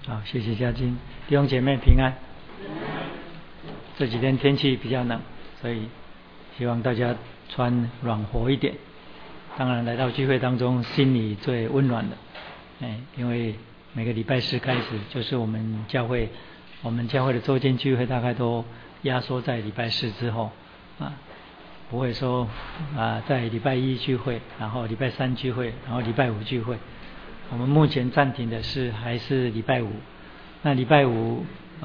好，谢谢嘉金。弟兄姐妹平安。这几天天气比较冷，所以希望大家穿暖和一点。当然来到聚会当中，心里最温暖的。因为每个礼拜四开始就是我们教会的周间聚会，大概都压缩在礼拜四之后不会说在礼拜一聚会，然后礼拜三聚会，然后礼拜五聚会。我们目前暂停的还是礼拜五。那礼拜五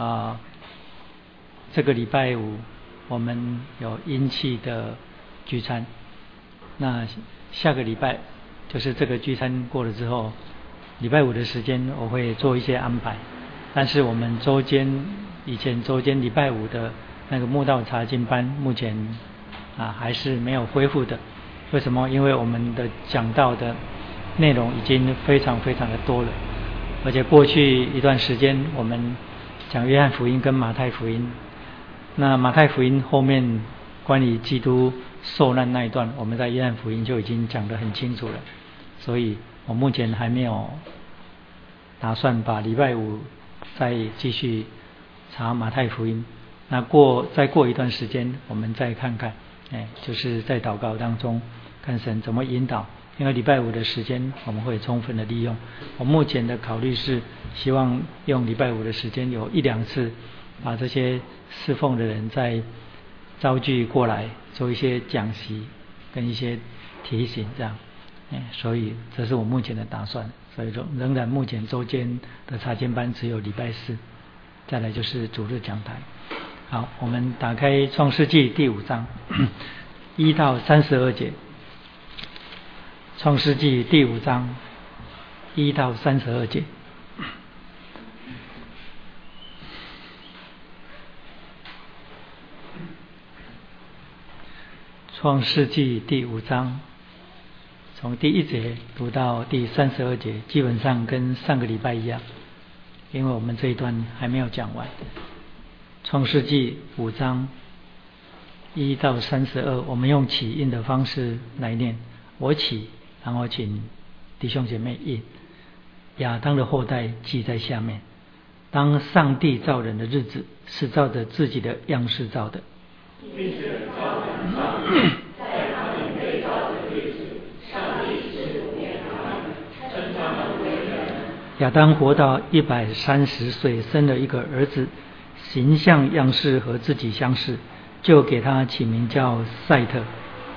这个礼拜五我们有阴气的聚餐。那下个礼拜就是这个聚餐过了之后，礼拜五的时间我会做一些安排。但是我们以前周间礼拜五的那个慕道查经班，目前还是没有恢复的。为什么？因为我们的讲道的内容已经非常非常的多了，而且过去一段时间我们讲约翰福音跟马太福音，那马太福音后面关于基督受难那一段，我们在约翰福音就已经讲得很清楚了，所以我目前还没有打算把礼拜五再继续查马太福音。那再过一段时间我们再看看，就是在祷告当中看神怎么引导。因为礼拜五的时间我们会充分的利用。我目前的考虑是希望用礼拜五的时间有一两次把这些侍奉的人再召聚过来做一些讲习跟一些提醒这样。所以这是我目前的打算。所以仍然目前周间的查经班只有礼拜四，再来就是主日讲台。好，我们打开创世纪第5章1到32节。创世纪第5章1到32节。创世纪第5章从第1节读到第32节，基本上跟上个礼拜一样，因为我们这一段还没有讲完。创世纪5章1到32，我们用起印的方式来念。我起，然后请弟兄姐妹印。亚当的后代记在下面。当上帝造人的日子，是照着自己的样式造的。 在他们被造的日子，上帝是顾念他们，称他们为人。 亚当活到130岁，生了一个儿子，形象样式和自己相似，就给他起名叫赛特。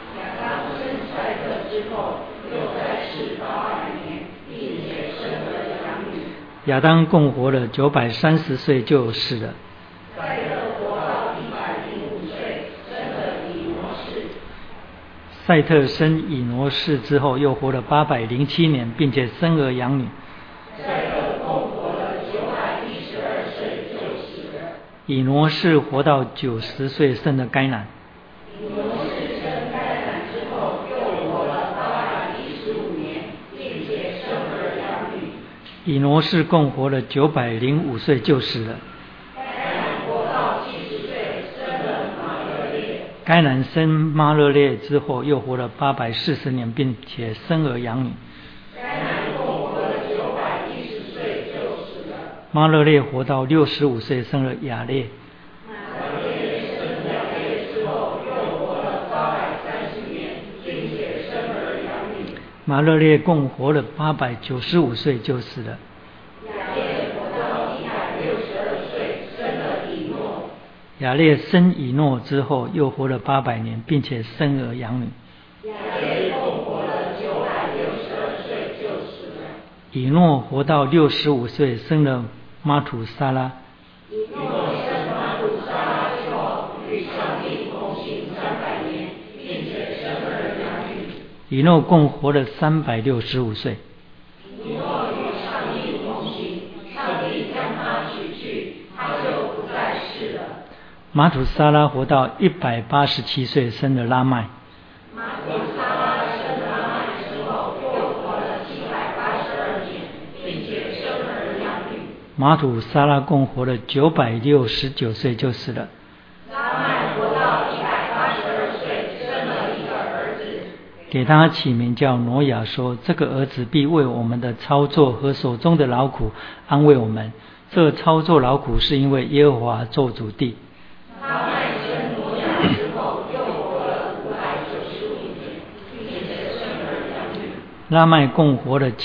亚当共活了930岁就死了。 赛特活到105岁，生了以挪士。 赛特生以挪士之后，又活了807年，并且生儿养女。 赛特共活了912岁就死了。 以挪士活到90岁，生了该男。 以挪士生该男之后，又活了815年，并且生儿养女。 以挪士共活了905岁就死了。 该男活到70岁，生了马勒列。 该男生马勒列之后，又活了840年，并且生儿养女。 该男共活了910岁就死了。 马勒列活到65岁，生了亚列。 马勒列生亚列之后，又活了830年，并且生儿养女。 马勒列共活了895岁就死了。 亚列活到162岁，生了以诺。 亚列生以诺之后，又活了800年，并且生儿养女。 亚列共活了962岁就死了。 以诺活到65岁，生了马土沙拉。 以诺生马土沙拉之后，与上帝同行300年，并且生儿养女。 以诺共活了365岁。 以诺与上帝同行，上帝将他取去，他就不再世了。 马土沙拉活到187岁，生了拉麦。 马土沙拉生拉麦之后，又活了782年，并且生儿养女。 马土沙拉共活了969岁就死了。 拉麦活到182岁，生了一个儿子， 给他起名叫挪亚，说这个儿子必为我们的操作和手中的劳苦安慰我们， 这操作劳苦是因为耶和华做主地。 他卖身挪亚之后，又活了595年，并且生儿养女。 拉麦共活了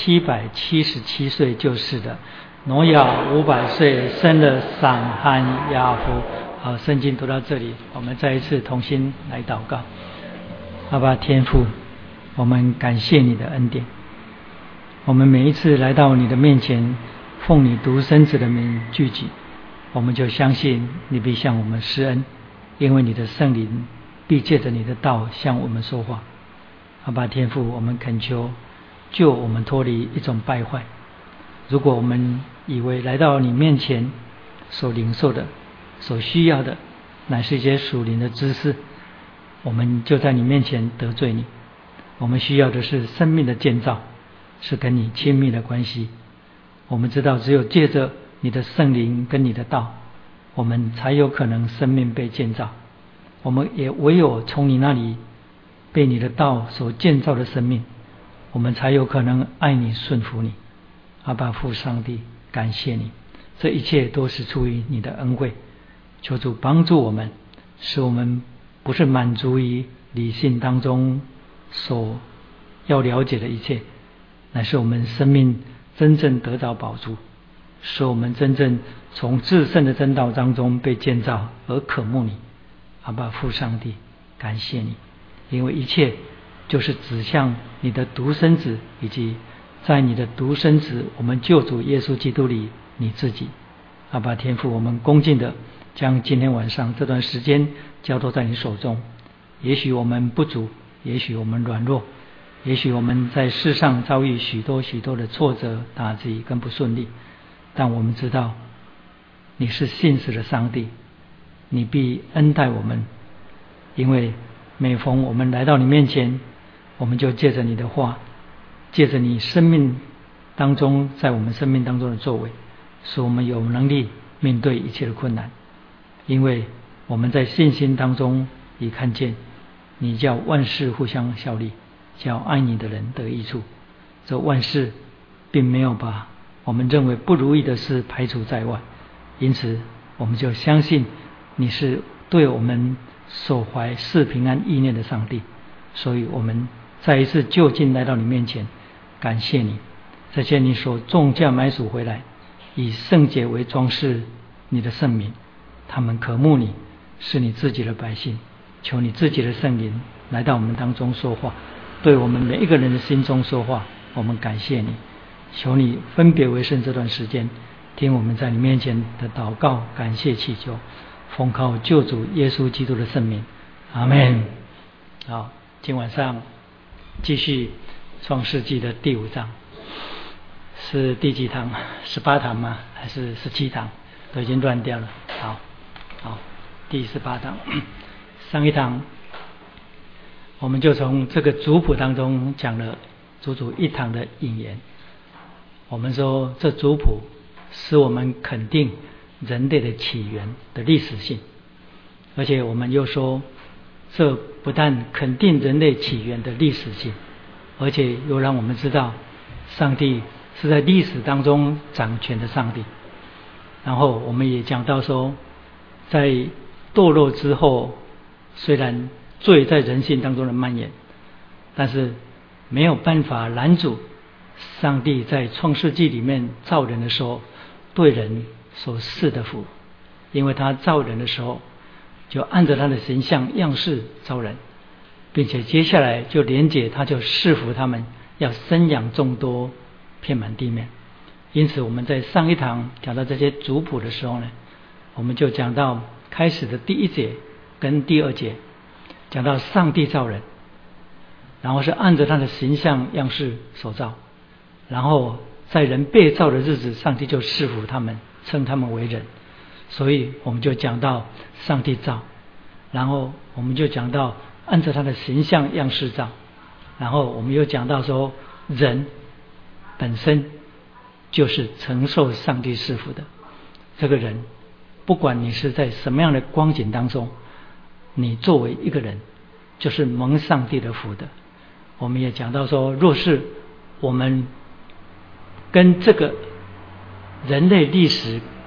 777岁就是的。挪亚500岁生了闪和雅弗。好，圣经读到这里，我们再一次同心来祷告。阿爸天父，我们感谢你的恩典。我们每一次来到你的面前，奉你独生子的名聚集，我们就相信你必向我们施恩，因为你的圣灵必借着你的道向我们说话。阿爸天父，我们恳求救我们脱离一种败坏。如果我们以为来到你面前所领受的、所需要的乃是一些属灵的知识，我们就在你面前得罪你。我们需要的是生命的建造，是跟你亲密的关系。我们知道只有借着你的圣灵跟你的道，我们才有可能生命被建造。我们也唯有从你那里被你的道所建造的生命，我们才有可能爱你顺服你。阿爸父上帝，感谢你，这一切都是出于你的恩惠。求主帮助我们，使我们不是满足于理性当中所要了解的一切，乃是我们生命真正得到饱足，使我们真正从至圣的真道当中被建造而渴慕你。阿爸父上帝，感谢你，因为一切就是指向你的独生子，以及在你的独生子我们救主耶稣基督里你自己。阿爸天父，我们恭敬的将今天晚上这段时间交托在你手中。也许我们不足，也许我们软弱，也许我们在世上遭遇许多的挫折、打击跟不顺利，但我们知道你是信实的上帝，你必恩待我们。因为每逢我们来到你面前，我们就借着你的话，借着你生命当中在我们生命当中的作为，使我们有能力面对一切的困难。因为我们在信心当中已看见你叫万事互相效力，叫爱你的人得益处。这万事并没有把我们认为不如意的事排除在外，因此我们就相信你是对我们所怀是平安意念的上帝。所以我们再一次就近来到你面前，感谢你这些你所重价买赎回来，以圣洁为装饰你的圣名，他们渴慕你，是你自己的百姓。求你自己的圣灵来到我们当中说话，对我们每一个人的心中说话。我们感谢你，求你分别为圣这段时间，听我们在你面前的祷告、感谢、祈求，奉靠救主耶稣基督的圣名，阿们。好，今晚上继续创世纪的第5章，是第几堂？18堂吗？还是17堂？都已经乱掉了。好，第18堂。上一堂我们就从这个族谱当中讲了足足1堂的引言。我们说这族谱使我们肯定人类的起源的历史性，而且我们又说这不但肯定人类起源的历史性，而且又让我们知道上帝是在历史当中掌权的上帝。然后我们也讲到说，在堕落之后，虽然罪在人性当中的蔓延，但是没有办法拦阻上帝在创世纪里面造人的时候对人所赐的福。因为他造人的时候就按着他的形象样式造人，并且接下来就连结他就赐福他们要生养众多，遍满地面。因此我们在上一堂讲到这些族谱的时候呢，我们就讲到开始的第1节跟第2节，讲到上帝造人，然后是按着他的形象样式所造，然后在人被造的日子，上帝就赐福他们，称他们为人。所以我们就讲到上帝造，然后我们就讲到按着他的形象样式造，然后我们又讲到说人本身就是承受上帝赐福的。这个人不管你是在什么样的光景当中，你作为一个人就是蒙上帝的福的。我们也讲到说，若是我们跟这个人类历史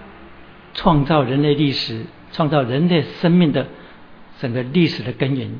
创造人类历史、创造人类生命的整个历史的根源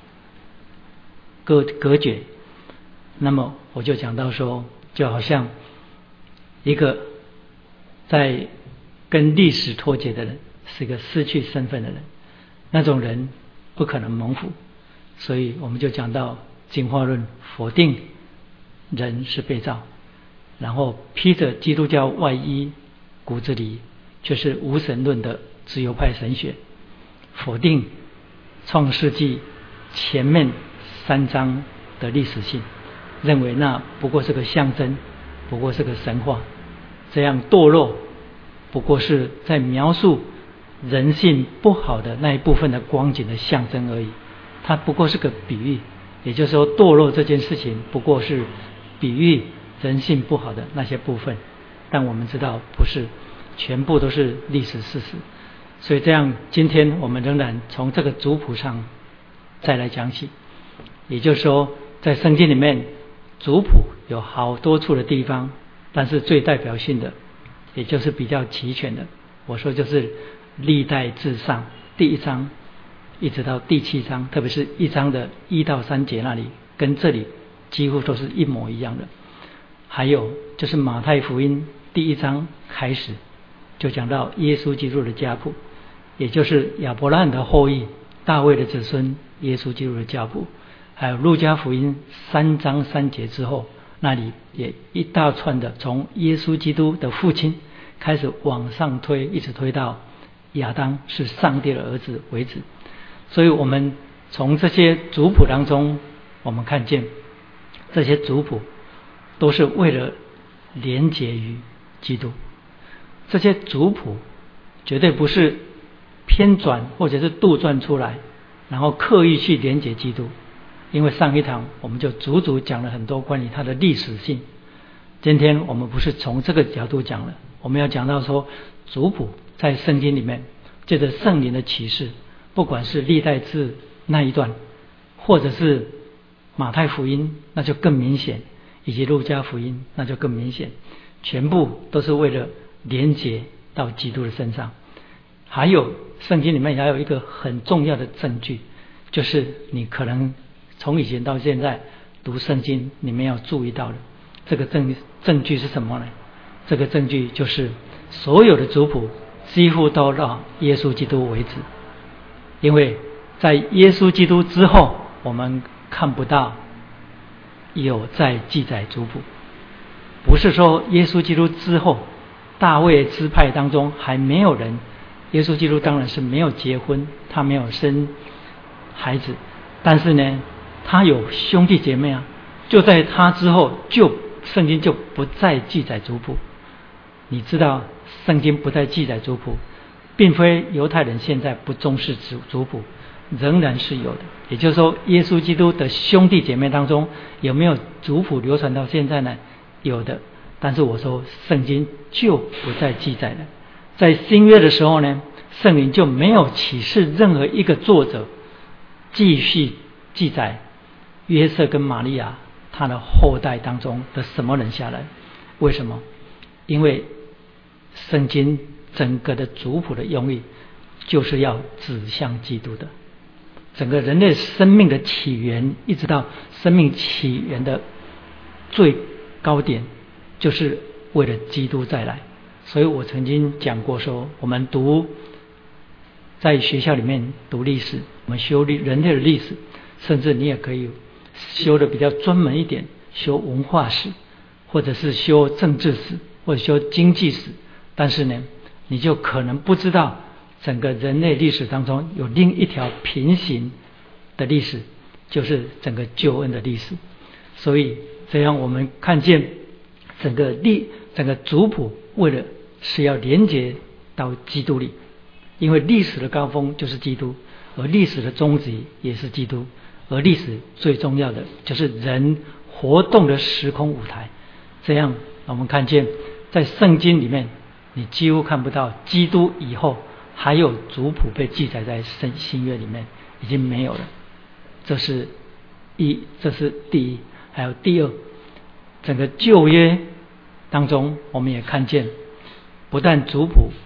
隔绝。那么我就讲到说，就好像一个在跟历史脱节的人，是一个失去身份的人，那种人不可能蒙福。所以我们就讲到进化论否定人是被造，然后披着基督教外衣，骨子里却是无神论的自由派神学，否定创世纪前面3章的历史性，认为那不过是个象征，不过是个神话，这样堕落不过是在描述人性不好的那一部分的光景的象征而已，它不过是个比喻。也就是说，堕落这件事情不过是比喻人性不好的那些部分，但我们知道不是，全部都是历史事实。所以这样，今天我们仍然从这个族谱上再来讲起。也就是说，在圣经里面，族谱有好多处的地方，但是最代表性的，也就是比较齐全的，我说就是历代志上第1章一直到第7章，特别是1章的1到3节那里，跟这里几乎都是一模一样的。还有就是马太福音第1章开始就讲到耶稣基督的家谱，也就是亚伯拉罕的后裔，大卫的子孙，耶稣基督的家谱。还有路加福音3章3节之后，那里也一大串的从耶稣基督的父亲开始往上推，一直推到亚当是上帝的儿子为止。所以我们从这些族谱当中，我们看见这些族谱都是为了连结于基督。这些族谱绝对不是偏转或者是杜撰出来，然后刻意去连结基督。因为上一堂我们就足足讲了很多关于它的历史性，今天我们不是从这个角度讲了，我们要讲到说族谱在圣经里面借着圣灵的启示，不管是历代志那一段，或者是马太福音，那就更明显，以及路加福音那就更明显，全部都是为了连结到基督的身上。还有圣经里面还有一个很重要的证据，就是你可能从以前到现在读圣经你们要注意到的这个证据是什么呢？这个证据就是所有的族谱几乎都到耶稣基督为止。因为在耶稣基督之后，我们看不到有在记载族谱。不是说耶稣基督之后大卫支派当中还没有人，耶稣基督当然是没有结婚，他没有生孩子，但是呢他有兄弟姐妹啊，就在他之后圣经就不再记载族谱。你知道圣经不再记载族谱，并非犹太人现在不重视族谱，仍然是有的。也就是说，耶稣基督的兄弟姐妹当中有没有族谱流传到现在呢？有的，但是我说圣经就不再记载了。在新约的时候呢，圣灵就没有启示任何一个作者继续记载约瑟跟玛利亚他的后代当中的什么人下来。为什么？因为圣经整个的族谱的用意就是要指向基督的。整个人类生命的起源，一直到生命起源的最高点，就是为了基督再来。所以我曾经讲过说，我们在学校里面读历史，我们修人类的历史，甚至你也可以修的比较专门一点，修文化史，或者是修政治史，或者修经济史。但是呢，你就可能不知道整个人类历史当中有另一条平行的历史，就是整个救恩的历史。所以这样我们看见整个族谱为了是要连接到基督里，因为历史的高峰就是基督，而历史的终极也是基督，而历史最重要的就是人活动的时空舞台。这样我们看见在圣经里面你几乎看不到基督以后还有族谱被记载在新约里面，已经没有了。这是第一。还有第二，整个旧约当中我们也看见，不但族谱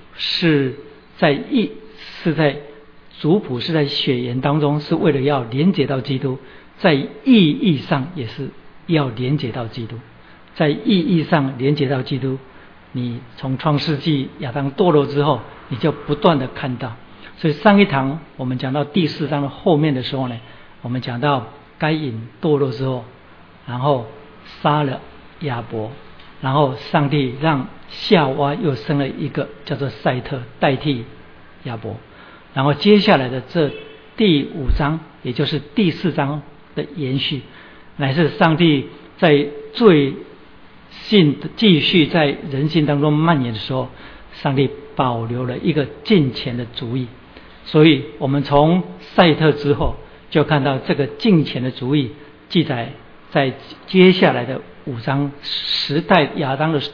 是在族谱是在血缘当中，是为了要连接到基督，在意义上也是要连接到基督。在意义上连接到基督，你从创世纪亚当堕落之后，你就不断的看到。所以上一堂我们讲到第4章的后面的时候呢，我们讲到该隐堕落之后，然后杀了亚伯，然后上帝让夏娃又生了一个叫做赛特代替亚伯，然后接下来的这第5章也就是第4章的延续，乃是上帝在罪性继续在人性当中蔓延的时候，上帝保留了一个敬虔的主意。所以我们从赛特之后就看到这个敬虔的主意记载在接下来的5章亚当的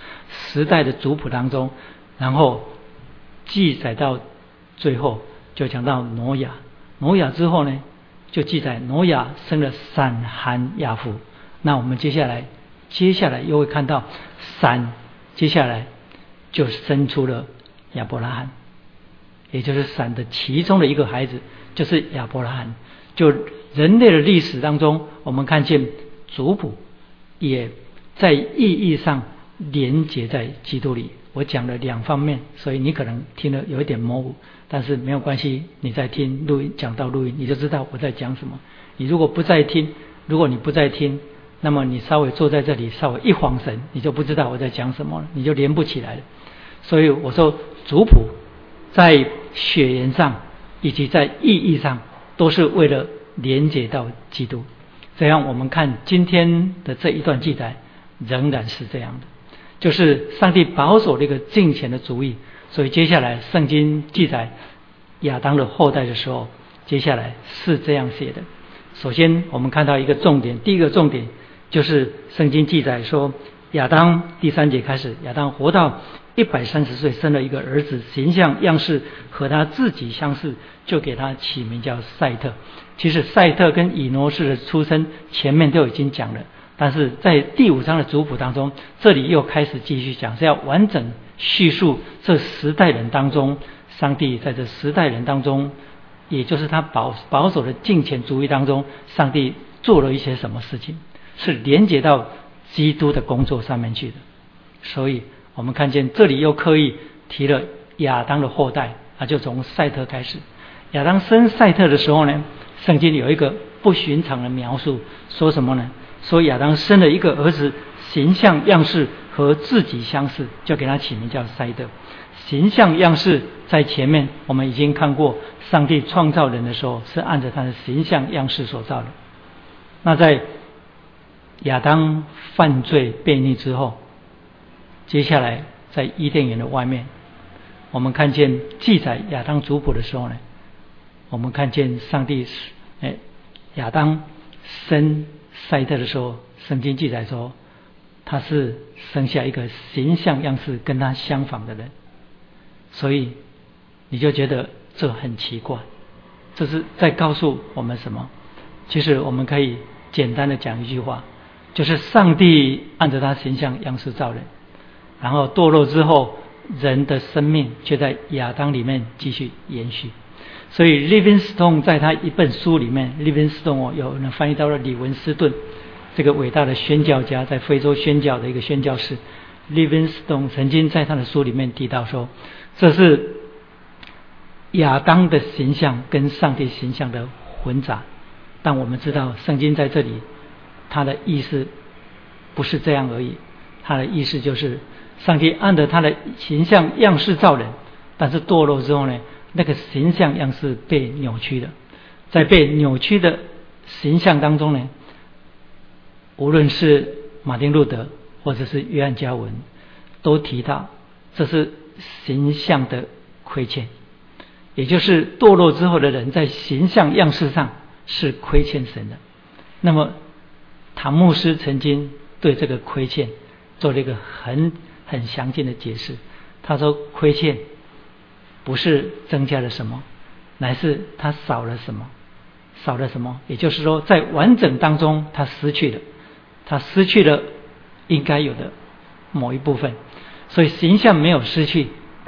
10代的族谱当中，然后记载到最后就讲到挪亚。挪亚之后呢，就记载挪亚生了闪、含、雅弗。那我们接下来又会看到闪，接下来就生出了亚伯拉罕，也就是闪的其中的一个孩子就是亚伯拉罕。就人类的历史当中，我们看见族谱也在意义上连结在基督里。我讲了2方面，所以你可能听了有一点模糊，但是没有关系，你在听录音，讲到录音你就知道我在讲什么。如果你不再听，那么你稍微坐在这里稍微一晃神，你就不知道我在讲什么了，你就连不起来了。所以我说族谱在血缘上以及在意义上都是为了连接到基督。这样我们看今天的这一段记载仍然是这样的，就是上帝保守了一个敬虔的主意。所以接下来圣经记载亚当的后代的时候，接下来是这样写的。首先我们看到一个重点，第一个重点就是圣经记载说，亚当第3节开始，亚当活到130岁，生了一个儿子，形象样式和他自己相似，就给他起名叫赛特。其实赛特跟以挪士的出生前面都已经讲了，但是在第5章的族谱当中，这里又开始继续讲，是要完整叙述这10代人当中，上帝在这10代人当中，也就是他保守的敬虔主义当中，上帝做了一些什么事情，是连接到基督的工作上面去的。所以我们看见这里又刻意提了亚当的后代，就从赛特开始。亚当生赛特的时候呢，圣经有一个不寻常的描述，说什么呢？说亚当生了一个儿子，形象样式和自己相似，就给他起名叫赛特。形象样式在前面我们已经看过，上帝创造人的时候是按照他的形象样式所造的。那在亚当犯罪悖逆之后，接下来在伊甸园的外面，我们看见记载亚当族谱的时候呢，我们看见上帝亚当生赛特的时候，圣经记载说他是生下一个形象样式跟他相仿的人。所以你就觉得这很奇怪，这是在告诉我们什么？其实我们可以简单的讲一句话，就是上帝按照他形象样式造人，然后堕落之后，人的生命却在亚当里面继续延续。所以 Livingstone 在他一本书里面， Livingstone 有人翻译到了李文斯顿，这个伟大的宣教家，在非洲宣教的一个宣教士。Livingstone 曾经在他的书里面提到说，这是亚当的形象跟上帝形象的混杂。但我们知道圣经在这里他的意思不是这样而已，他的意思就是上帝按照他的形象样式造人，但是堕落之后呢，那个形象样式被扭曲了。在被扭曲的形象当中呢，无论是马丁路德或者是约翰加文都提到这是形象的亏欠，也就是堕落之后的人在形象样式上是亏欠神的。那么唐牧师曾经对这个亏欠做了一个很详尽的解释。他说亏欠不是增加了什么，乃是他少了什么。少了什么？也就是说在完整当中他失去了应该有的某一部分。所以形象没有失去，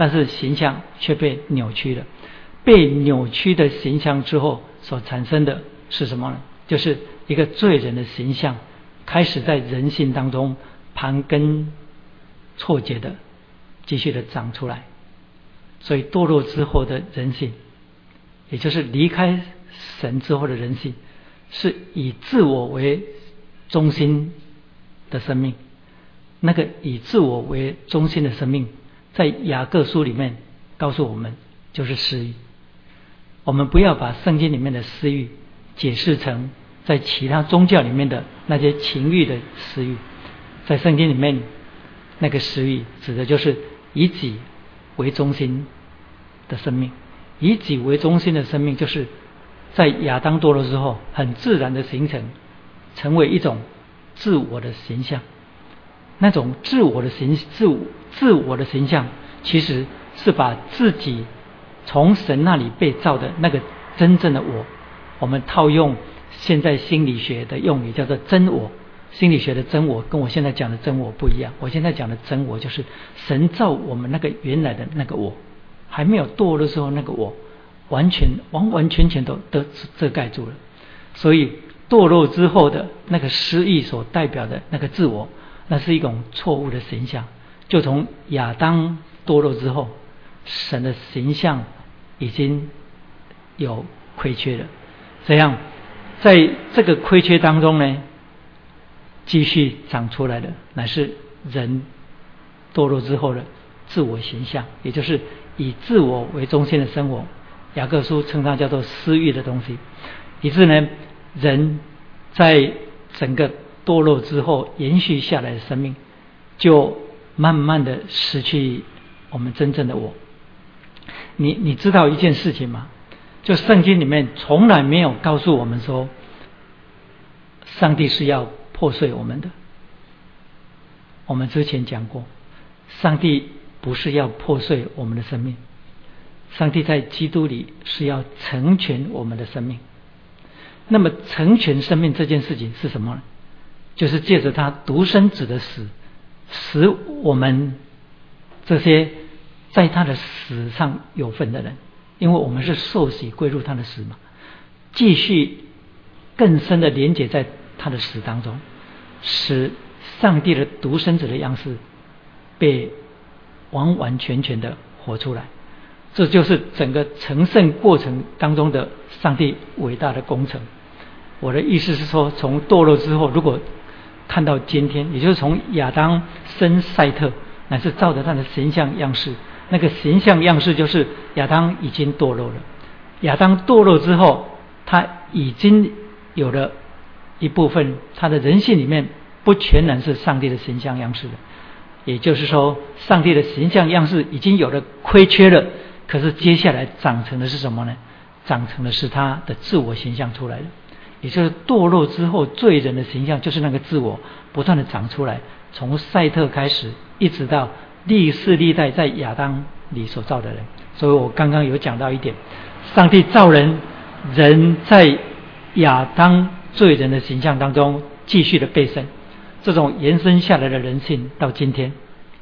但是形象却被扭曲了。被扭曲的形象之后所产生的是什么呢？就是一个罪人的形象开始在人性当中盘根错节的继续的长出来。所以堕落之后的人性，也就是离开神之后的人性，是以自我为中心的生命。那个以自我为中心的生命，在雅各书里面告诉我们，就是私欲。我们不要把圣经里面的私欲解释成在其他宗教里面的那些情欲的私欲。在圣经里面，那个私欲指的就是以己为中心的生命。以己为中心的生命，就是在亚当堕落之后很自然的形成为一种自我的形象。那种自我的形象，其实是把自己从神那里被造的那个真正的我，我们套用现在心理学的用语叫做真我。心理学的真我跟我现在讲的真我不一样。我现在讲的真我就是神造我们那个原来的那个我，还没有堕落的时候那个我完全都遮盖住了。所以堕落之后的那个失意所代表的那个自我，那是一种错误的形象。就从亚当堕落之后，神的形象已经有亏缺了。这样在这个亏缺当中呢，继续长出来的乃是人堕落之后的自我形象，也就是以自我为中心的生活。雅各书称它叫做私欲的东西，以致呢，人在整个堕落之后延续下来的生命，就慢慢的失去我们真正的我。你知道一件事情吗？就圣经里面从来没有告诉我们说，上帝是要破碎我们的。我们之前讲过，上帝不是要破碎我们的生命，上帝在基督里是要成全我们的生命。那么成全生命这件事情是什么呢？就是借着他独生子的死，使我们这些在他的死上有份的人，因为我们是受洗归入他的死嘛，继续更深的连结在他的死当中，使上帝的独生子的样式被完完全全的活出来。这就是整个成圣过程当中的上帝伟大的工程。我的意思是说，从堕落之后，如果看到今天，也就是从亚当生赛特，乃是照着他的形象样式，那个形象样式就是亚当已经堕落了。亚当堕落之后，他已经有了一部分，他的人性里面不全然是上帝的形象样式的，也就是说，上帝的形象样式已经有了亏缺了。可是接下来长成的是什么呢？长成的是他的自我形象出来了。也就是堕落之后罪人的形象，就是那个自我不断的长出来，从赛特开始一直到历世历代在亚当里所造的人。所以我刚刚有讲到一点，上帝造人，人在亚当罪人的形象当中继续的被生，这种延伸下来的人性到今天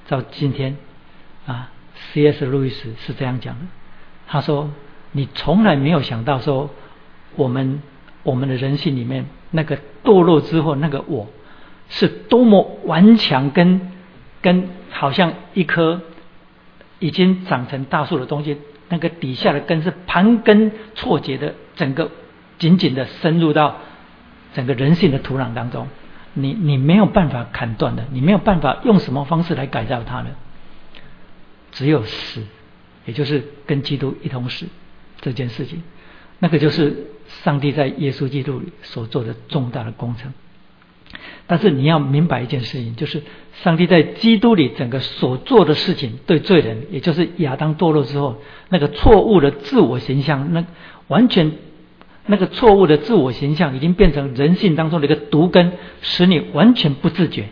啊，C.S. 路易斯是这样讲的。他说你从来没有想到说我们的人性里面那个堕落之后那个我是多么顽强，跟好像一棵已经长成大树的东西，那个底下的根是盘根错节的，整个紧紧的深入到整个人性的土壤当中，你没有办法砍断的，你没有办法用什么方式来改造它的，只有死，也就是跟基督一同死这件事情。那个就是上帝在耶稣基督里所做的重大的工程。但是你要明白一件事情，就是上帝在基督里整个所做的事情，对罪人，也就是亚当堕落之后那个错误的自我形象，那个错误的自我形象已经变成人性当中的一个毒根，使你完全不自觉，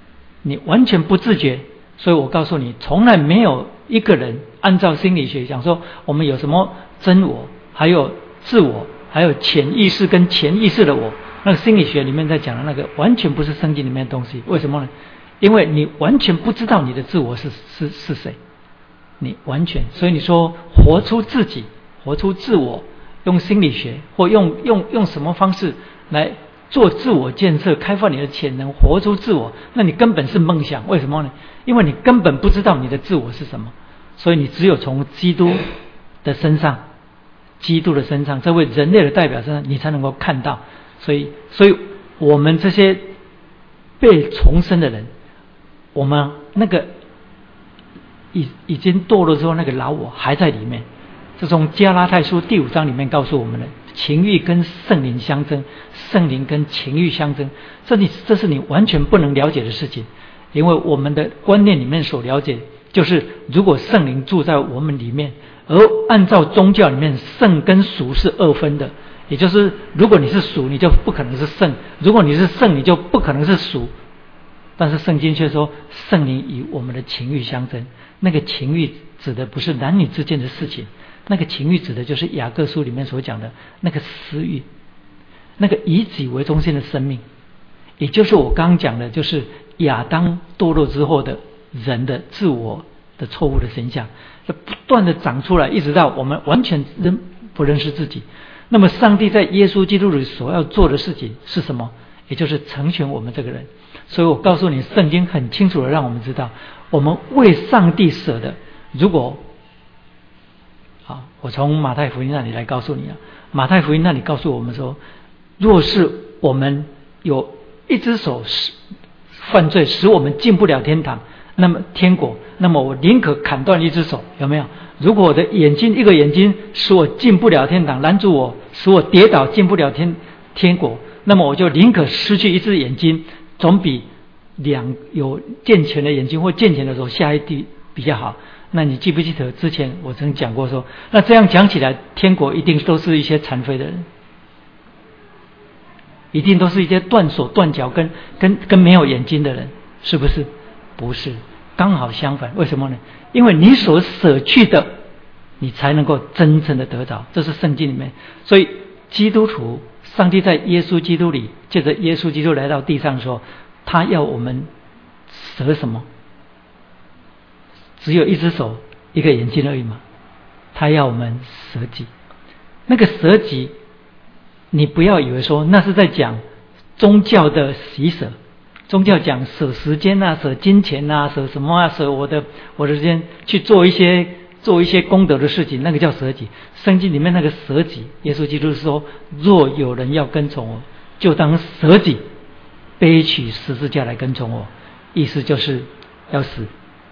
所以我告诉你，从来没有一个人按照心理学讲说我们有什么真我，还有自我，还有潜意识跟潜意识的我，那个心理学里面在讲的那个完全不是圣经里面的东西。为什么呢？因为你完全不知道你的自我是谁， 你完全，所以你说活出自己，活出自我，用心理学或用什么方式来做自我建设，开发你的潜能，活出自我，那你根本是梦想。为什么呢？因为你根本不知道你的自我是什么，所以你只有从基督的身上，这位人类的代表身上，你才能够看到。所以我们这些被重生的人，我们那个已经堕落之后，那个老我还在里面。这从加拉太书第5章里面告诉我们的，情欲跟圣灵相争，圣灵跟情欲相争，这是你完全不能了解的事情。因为我们的观念里面所了解，就是如果圣灵住在我们里面，而按照宗教里面圣跟属是2分的，也就是如果你是属，你就不可能是圣；如果你是圣，你就不可能是属。但是圣经却说圣灵与我们的情欲相争，那个情欲指的不是男女之间的事情，那个情欲指的就是雅各书里面所讲的那个私欲，那个以己为中心的生命，也就是我刚刚讲的，就是亚当堕落之后的人的自我的错误的形象，不断的长出来，一直到我们完全不认识自己。那么上帝在耶稣基督里所要做的事情是什么？也就是成全我们这个人。所以我告诉你，圣经很清楚的让我们知道，我们为上帝舍的，如果我从马太福音那里来告诉你马太福音那里告诉我们说，若是我们有一只手犯罪使我们进不了天堂，那么天国，那么我宁可砍断一只手，有没有？如果我的一个眼睛使我进不了天堂，拦住我，使我跌倒进不了天国，那么我就宁可失去一只眼睛，总比有健全的眼睛或健全的手下一地比较好。那你记不记得之前我曾讲过说，那这样讲起来，天国一定都是一些残废的人，一定都是一些断手断脚跟没有眼睛的人，是不是？不是，刚好相反。为什么呢？因为你所舍去的，你才能够真正的得着，这是圣经里面。所以基督徒，上帝在耶稣基督里，借着耶稣基督来到地上的时候，他要我们舍什么？只有一只手一个眼睛而已嘛，他要我们舍己。那个舍己，你不要以为说那是在讲宗教的喜舍，宗教讲舍时间舍金钱舍什么舍我的时间去做一些功德的事情，那个叫舍己。圣经里面那个舍己，耶稣基督说，若有人要跟从我，就当舍己，背起十字架来跟从我。意思就是要死，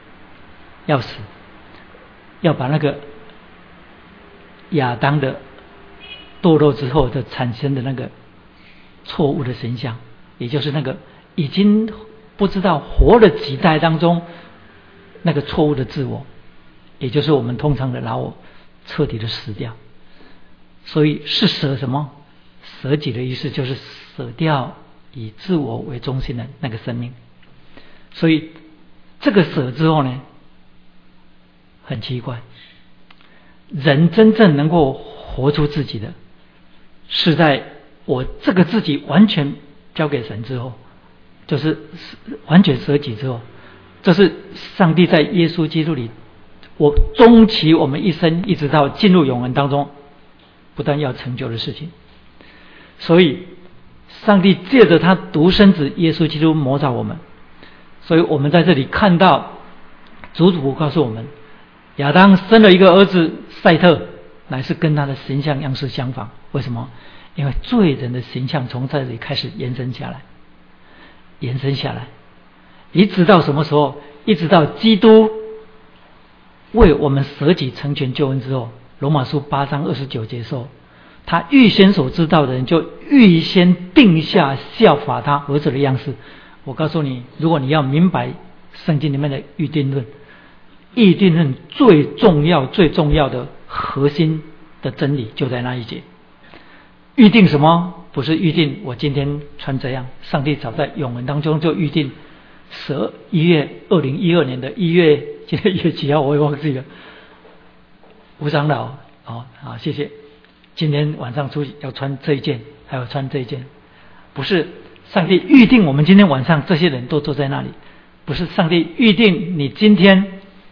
要把那个亚当的堕落之后的产生的那个错误的形象，也就是那个已经不知道活了几代当中那个错误的自我，也就是我们通常的老我，彻底的死掉。所以是舍什么？舍己的意思就是舍掉以自我为中心的那个生命。所以这个舍之后呢，很奇怪，人真正能够活出自己的，是在我这个自己完全交给神之后，就是完全舍己之后。这是上帝在耶稣基督里，我终其我们一生一直到进入永恒当中不但要成就的事情。所以上帝借着他独生子耶稣基督模造我们，所以我们在这里看到主告诉我们，亚当生了一个儿子赛特，乃是跟他的形象样式相仿。为什么？因为罪人的形象从这里开始延伸下来，一直到什么时候？一直到基督为我们舍己成全救恩之后，罗马书8章29节说，他预先所知道的人，就预先定下效法他儿子的样式。我告诉你，如果你要明白圣经里面的预定论最重要的核心的真理就在那一节。预定什么？不是预定我今天穿这样，上帝早在永恒当中就预定2012年的1月，今天1月几号我也忘记了。吴长老好谢谢。今天晚上出去要穿这一件，还有穿这一件，不是上帝预定我们今天晚上这些人都坐在那里，不是上帝预定你今天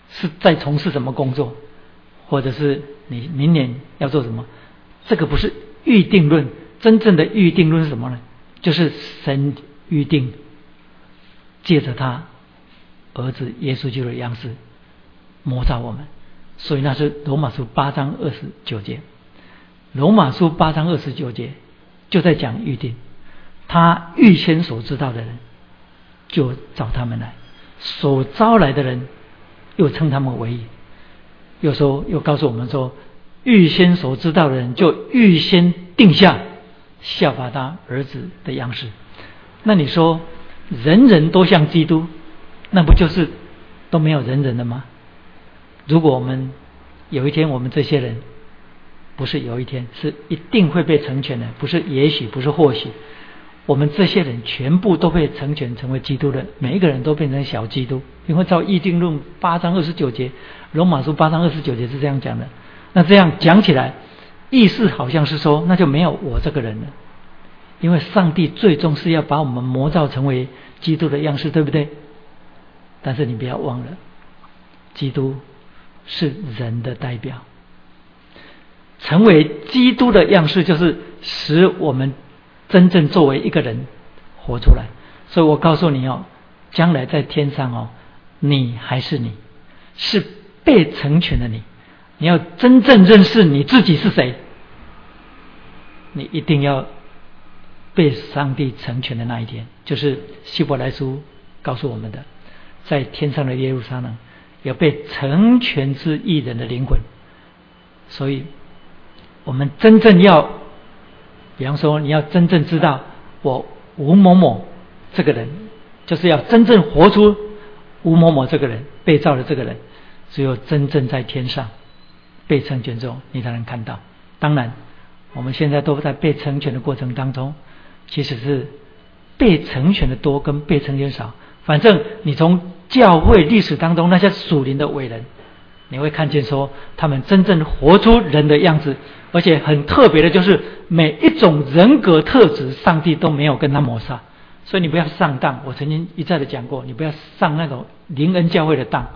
是在从事什么工作，或者是你明年要做什么，这个不是预定论。真正的预定论是什么呢？就是神预定借着他儿子耶稣基督的样式模造我们，所以那是罗马书8章29节。罗马书8章29节就在讲预定，他预先所知道的人就找他们来，所招来的人又称他们为义。又告诉我们说，预先所知道的人就预先定下效法他儿子的样式。那你说人人都像基督，那不就是都没有人人了吗？如果我们有一天，我们这些人不是有一天，是一定会被成全的，不是也许，不是或许，我们这些人全部都被成全成为基督的，每一个人都变成小基督。因为照预定论8章29节，罗马书8章29节是这样讲的。那这样讲起来，意思好像是说，那就没有我这个人了，因为上帝最终是要把我们模造成为基督的样式，对不对？但是你不要忘了，基督是人的代表，成为基督的样式就是使我们真正作为一个人活出来。所以我告诉你将来在天上你还是你，是被成全的你。你要真正认识你自己是谁，你一定要被上帝成全的那一天，就是希伯来书告诉我们的，在天上的耶路撒冷有被成全之义人的灵魂。所以我们真正要，比方说你要真正知道我吴某某这个人，就是要真正活出吴某某这个人，被造的这个人，只有真正在天上被成全之后你才能看到。当然我们现在都在被成全的过程当中，其实是被成全的多跟被成全少。反正你从教会历史当中那些属灵的伟人，你会看见说他们真正活出人的样子，而且很特别的就是每一种人格特质上帝都没有跟他抹杀。所以你不要上当，我曾经一再的讲过，你不要上那种灵恩教会的当。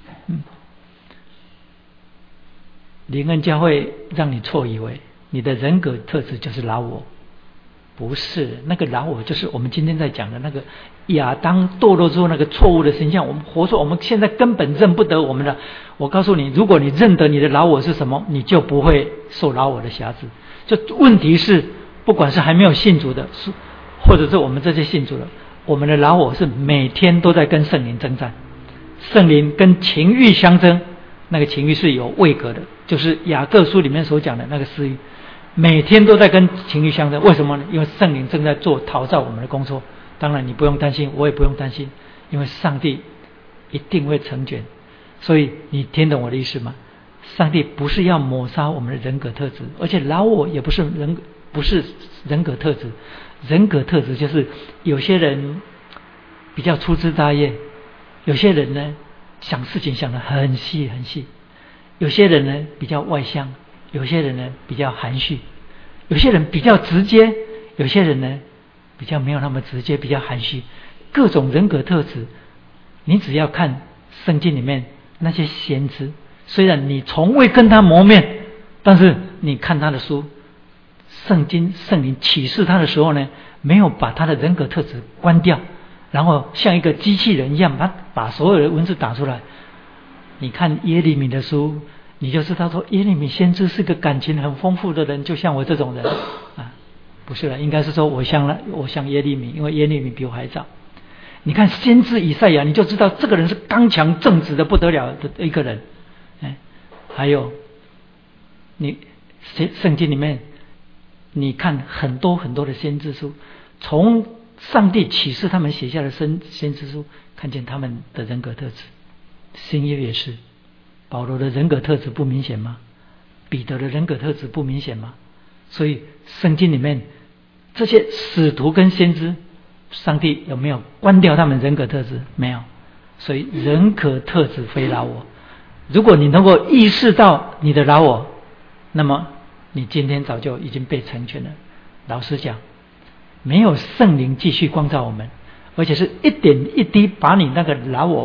灵恩教会让你错以为你的人格特质就是老我，不是，那个老我就是我们今天在讲的那个亚当堕落之后那个错误的形象，我们活出我们现在根本认不得我们的。我告诉你，如果你认得你的老我是什么，你就不会受老我的辖制。就问题是，不管是还没有信主的，或者是我们这些信主的，我们的老我是每天都在跟圣灵征战，圣灵跟情欲相争，那个情欲是有位格的，就是雅各书里面所讲的那个私欲，每天都在跟情欲相争。为什么呢？因为圣灵正在做陶造我们的工作。当然你不用担心，我也不用担心，因为上帝一定会成全。所以你听懂我的意思吗？上帝不是要抹杀我们的人格特质，而且老我也不是人格特质。人格特质就是有些人比较粗枝大叶，有些人呢想事情想得很细很细，有些人呢比较外向，有些人呢比较含蓄，有些人比较直接，有些人呢比较没有那么直接，比较含蓄。各种人格特质，你只要看圣经里面那些先知，虽然你从未跟他谋面，但是你看他的书，圣灵启示他的时候呢，没有把他的人格特质关掉，然后像一个机器人一样把所有的文字打出来。你看耶利米的书，你就知道说耶利米先知是个感情很丰富的人，就像我这种人不是了，应该是说我像耶利米，因为耶利米比我还早。你看先知以赛亚，你就知道这个人是刚强正直的不得了的一个人。还有你圣经里面你看很多很多的先知书，从上帝启示他们写下的先知书，看见他们的人格特质。新约也是，保罗的人格特质不明显吗？彼得的人格特质不明显吗？所以圣经里面这些使徒跟先知，上帝有没有关掉他们人格特质？没有。所以人格特质非老我。如果你能够意识到你的老我，那么你今天早就已经被成全了。老实讲，没有圣灵继续光照我们，而且是一点一滴把你那个老我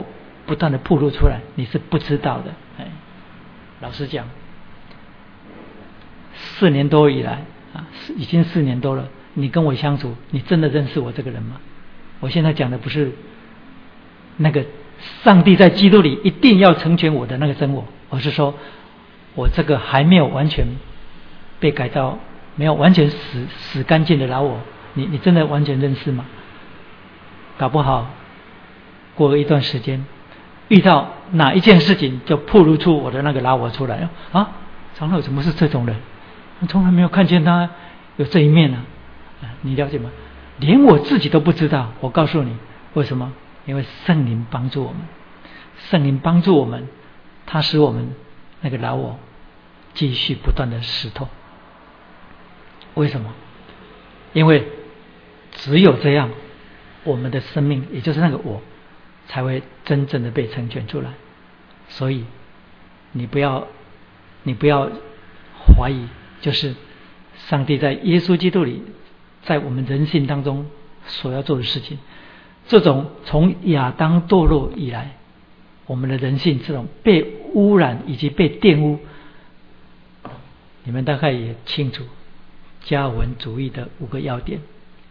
不断的暴露出来，你是不知道的。老实讲，4年多以来已经4年多了，你跟我相处，你真的认识我这个人吗？我现在讲的不是那个上帝在基督里一定要成全我的那个真我，而是说我这个还没有完全被改造，没有完全死干净的老我，你真的完全认识吗？搞不好过了一段时间，遇到哪一件事情就暴露出我的那个老我出来啊！长老怎么是这种人？我从来没有看见他有这一面啊！你了解吗？连我自己都不知道。我告诉你为什么？因为圣灵帮助我们，圣灵帮助我们，他使我们那个老我继续不断的湿透。为什么？因为只有这样，我们的生命，也就是那个我，才会真正的被成全出来。所以你不要怀疑，就是上帝在耶稣基督里，在我们人性当中所要做的事情。这种从亚当堕落以来，我们的人性这种被污染以及被玷污，你们大概也清楚加尔文主义的5个要点。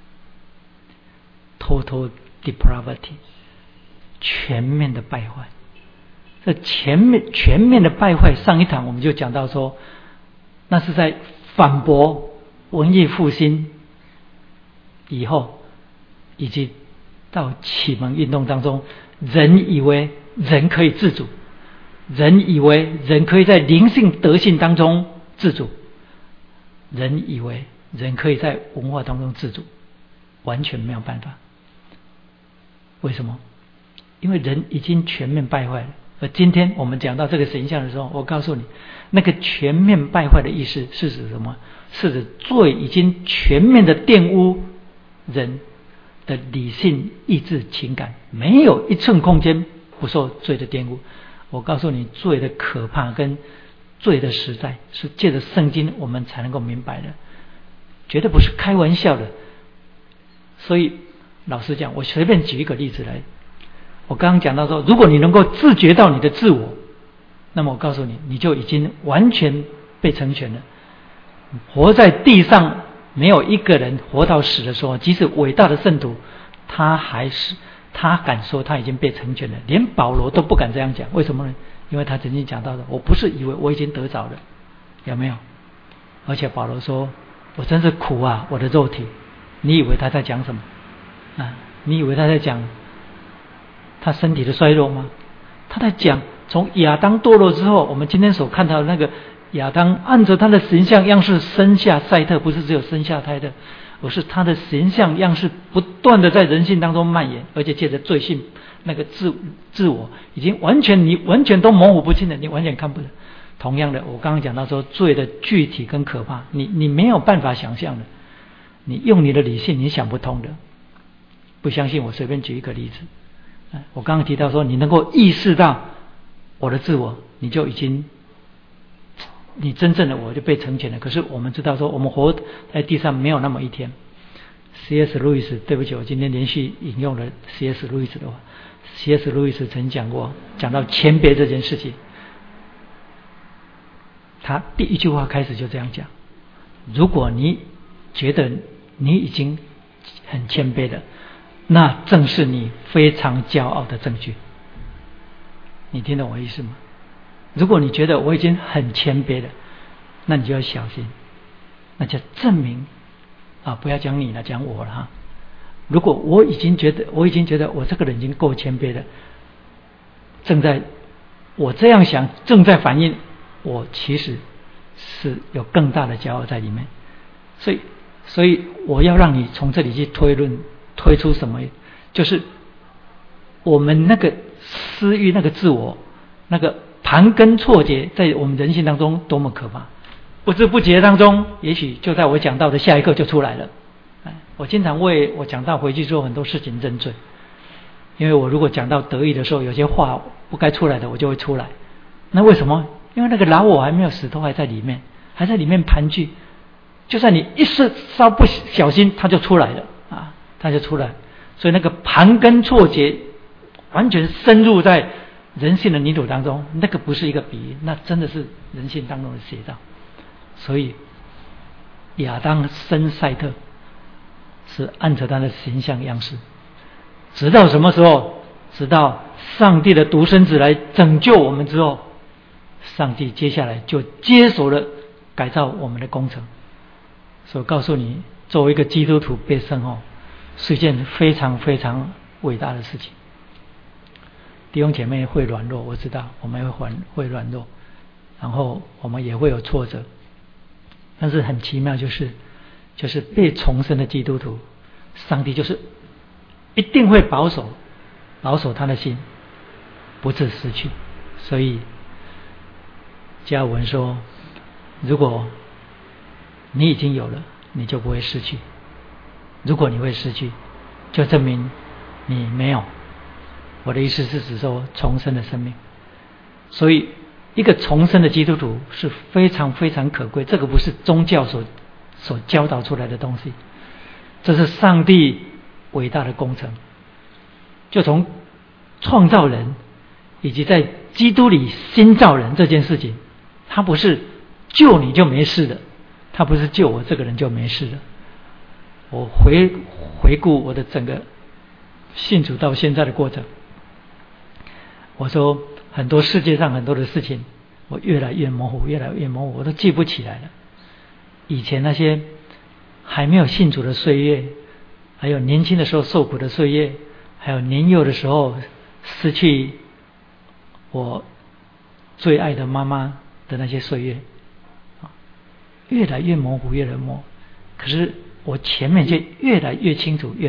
Total depravity， 全面的败坏。这全面的败坏，上一堂我们就讲到说，那是在反驳文艺复兴以后，以及到启蒙运动当中，人以为人可以自主，人以为人可以在灵性德性当中自主，人以为人可以在文化当中自主，完全没有办法。为什么？因为人已经全面败坏了。而今天我们讲到这个形象的时候，我告诉你，那个全面败坏的意思是指什么？是指罪已经全面的玷污人的理性、意志、情感，没有一寸空间不受罪的玷污。我告诉你，罪的可怕跟罪的实在，是借着圣经我们才能够明白的，绝对不是开玩笑的。所以老实讲，我随便举一个例子来。我刚刚讲到说，如果你能够自觉到你的自我，那么我告诉你，你就已经完全被成全了。活在地上没有一个人活到死的时候，即使伟大的圣徒，他敢说他已经被成全了，连保罗都不敢这样讲。为什么呢？因为他曾经讲到的，我不是以为我已经得着了，有没有？而且保罗说，我真是苦啊，我的肉体。你以为他在讲什么啊？你以为他在讲他身体的衰弱吗？他在讲从亚当堕落之后，我们今天所看到的那个亚当按着他的形象样式生下赛特，不是只有生下胎的，而是他的形象样式不断的在人性当中蔓延，而且借着罪性那个自我已经你完全都模糊不清了，你完全看不了。同样的，我刚刚讲到说罪的具体跟可怕，你没有办法想象的，你用你的理性你想不通的。不相信我随便举一个例子。我刚刚提到说，你能够意识到我的自我，你就已经，你真正的我就被成全了。可是我们知道说，我们活在地上没有那么一天。C.S. 路易斯，对不起，我今天连续引用了 C.S. 路易斯的话。C.S. 路易斯曾讲过，讲到谦卑这件事情，他第一句话开始就这样讲：如果你觉得你已经很谦卑了，那正是你非常骄傲的证据。你听懂我意思吗？如果你觉得我已经很谦卑了，那你就要小心，那就证明不要讲你了，讲我了哈。如果我已经觉得我这个人已经够谦卑了，我这样想正在反映我其实是有更大的骄傲在里面。所以我要让你从这里去推出什么？就是我们那个私欲、那个自我、那个盘根错节，在我们人性当中多么可怕！不知不觉当中，也许就在我讲到的下一刻就出来了。我经常为我讲到回去做很多事情认罪，因为我如果讲到得意的时候，有些话不该出来的，我就会出来。那为什么？因为那个老我还没有死，都还在里面，还在里面盘踞。就算你一稍不小心，它就出来了它就出来。所以那个盘根错节完全深入在人性的泥土当中，那个不是一个比喻，那真的是人性当中的写照。所以亚当生赛特是按着他的形象样式，直到什么时候？直到上帝的独生子来拯救我们之后，上帝接下来就接手了改造我们的工程。所以告诉你，作为一个基督徒被生是一件非常非常伟大的事情。弟兄姐妹会软弱，我知道我们会软弱，然后我们也会有挫折，但是很奇妙，就是被重生的基督徒，上帝就是一定会保守他的心，不致失去。所以加尔文说，如果你已经有了，你就不会失去；如果你会失去，就证明你没有。我的意思是指说重生的生命。所以一个重生的基督徒是非常非常可贵，这个不是宗教所教导出来的东西，这是上帝伟大的工程。就从创造人以及在基督里新造人这件事情，他不是救你就没事的，他不是救我这个人就没事的。我回顾我的整个信主到现在的过程，我说很多世界上很多的事情我越来越模糊，我都记不起来了。以前那些还没有信主的岁月，还有年轻的时候受苦的岁月，还有年幼的时候失去我最爱的妈妈的那些岁月，越来越模糊，可是我前面就越来越清楚。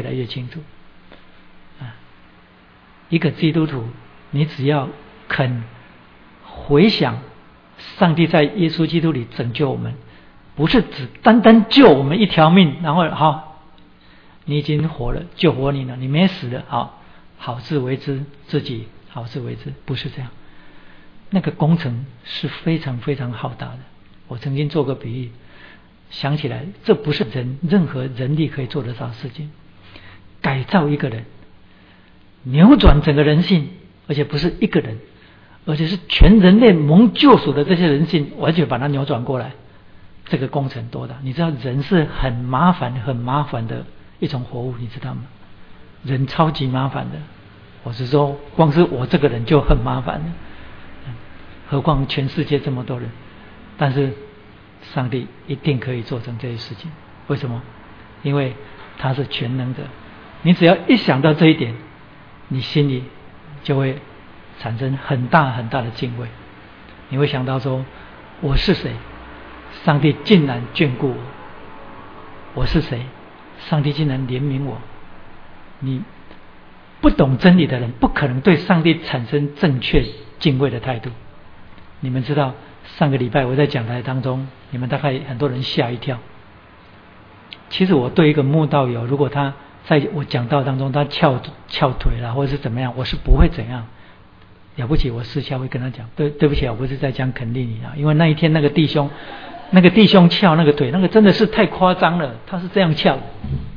一个基督徒，你只要肯回想上帝在耶稣基督里拯救我们，不是只单单救我们一条命，然后好，你已经活了，救活你了，你没死了，好自为之，自己好自为之，不是这样。那个工程是非常非常浩大的。我曾经做个比喻，想起来这不是任何人力可以做得到的事情。改造一个人，扭转整个人性，而且不是一个人，而且是全人类蒙救赎的这些人性，完全把它扭转过来，这个工程多大？你知道人是很麻烦的一种活物，你知道吗？人超级麻烦的。我是说光是我这个人就很麻烦了，何况全世界这么多人。但是上帝一定可以做成这些事情。为什么？因为他是全能者。你只要一想到这一点，你心里就会产生很大很大的敬畏。你会想到说，我是谁？上帝竟然眷顾我。我是谁？上帝竟然怜悯我。你不懂真理的人不可能对上帝产生正确敬畏的态度。你们知道上个礼拜我在讲台当中，你们大概很多人吓一跳。其实我对一个慕道友，如果他在我讲道当中他翘腿了或者是怎么样，我是不会怎样。了不起我私下会跟他讲，对不起，我不是在讲肯定你啊，因为那一天那个弟兄翘那个腿，那个真的是太夸张了，他是这样翘的，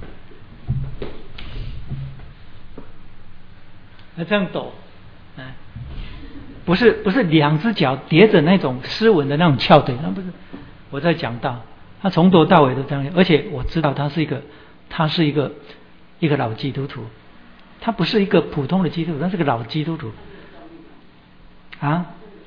他这样抖，不是两只脚叠着那种斯文的那种翘腿，那不是。我在讲道，他从头到尾都这样，而且我知道他是一个老基督徒，他不是一个普通的基督徒，他是个老基督徒啊。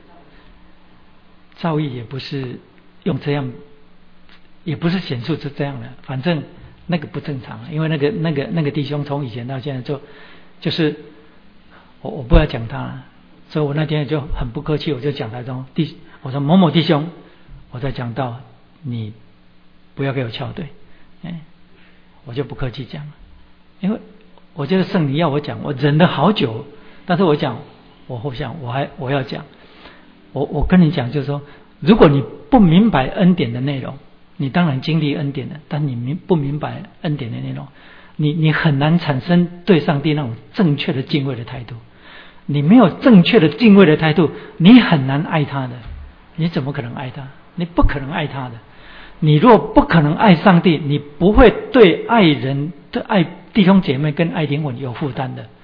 造诣也不是用这样，也不是显出是这样的，反正那个不正常，因为那个弟兄从以前到现在就是我不要讲他了。所以我那天就很不客气，我就讲台中我说某某弟兄，我在讲到你不要给我翘队，我就不客气讲了，因为我觉得圣灵要我讲，我忍了好久，但是我讲，我要讲，我跟你讲，就是说，如果你不明白恩典的内容，你当然经历恩典了，但你不明白恩典的内容，你很难产生对上帝那种正确的敬畏的态度。你没有正确的敬畏的态度，你很难爱他的。你怎么可能爱他？你不可能爱他的。你若不可能爱上帝，你不会对爱人、对爱弟兄姐妹跟爱灵魂有负担的。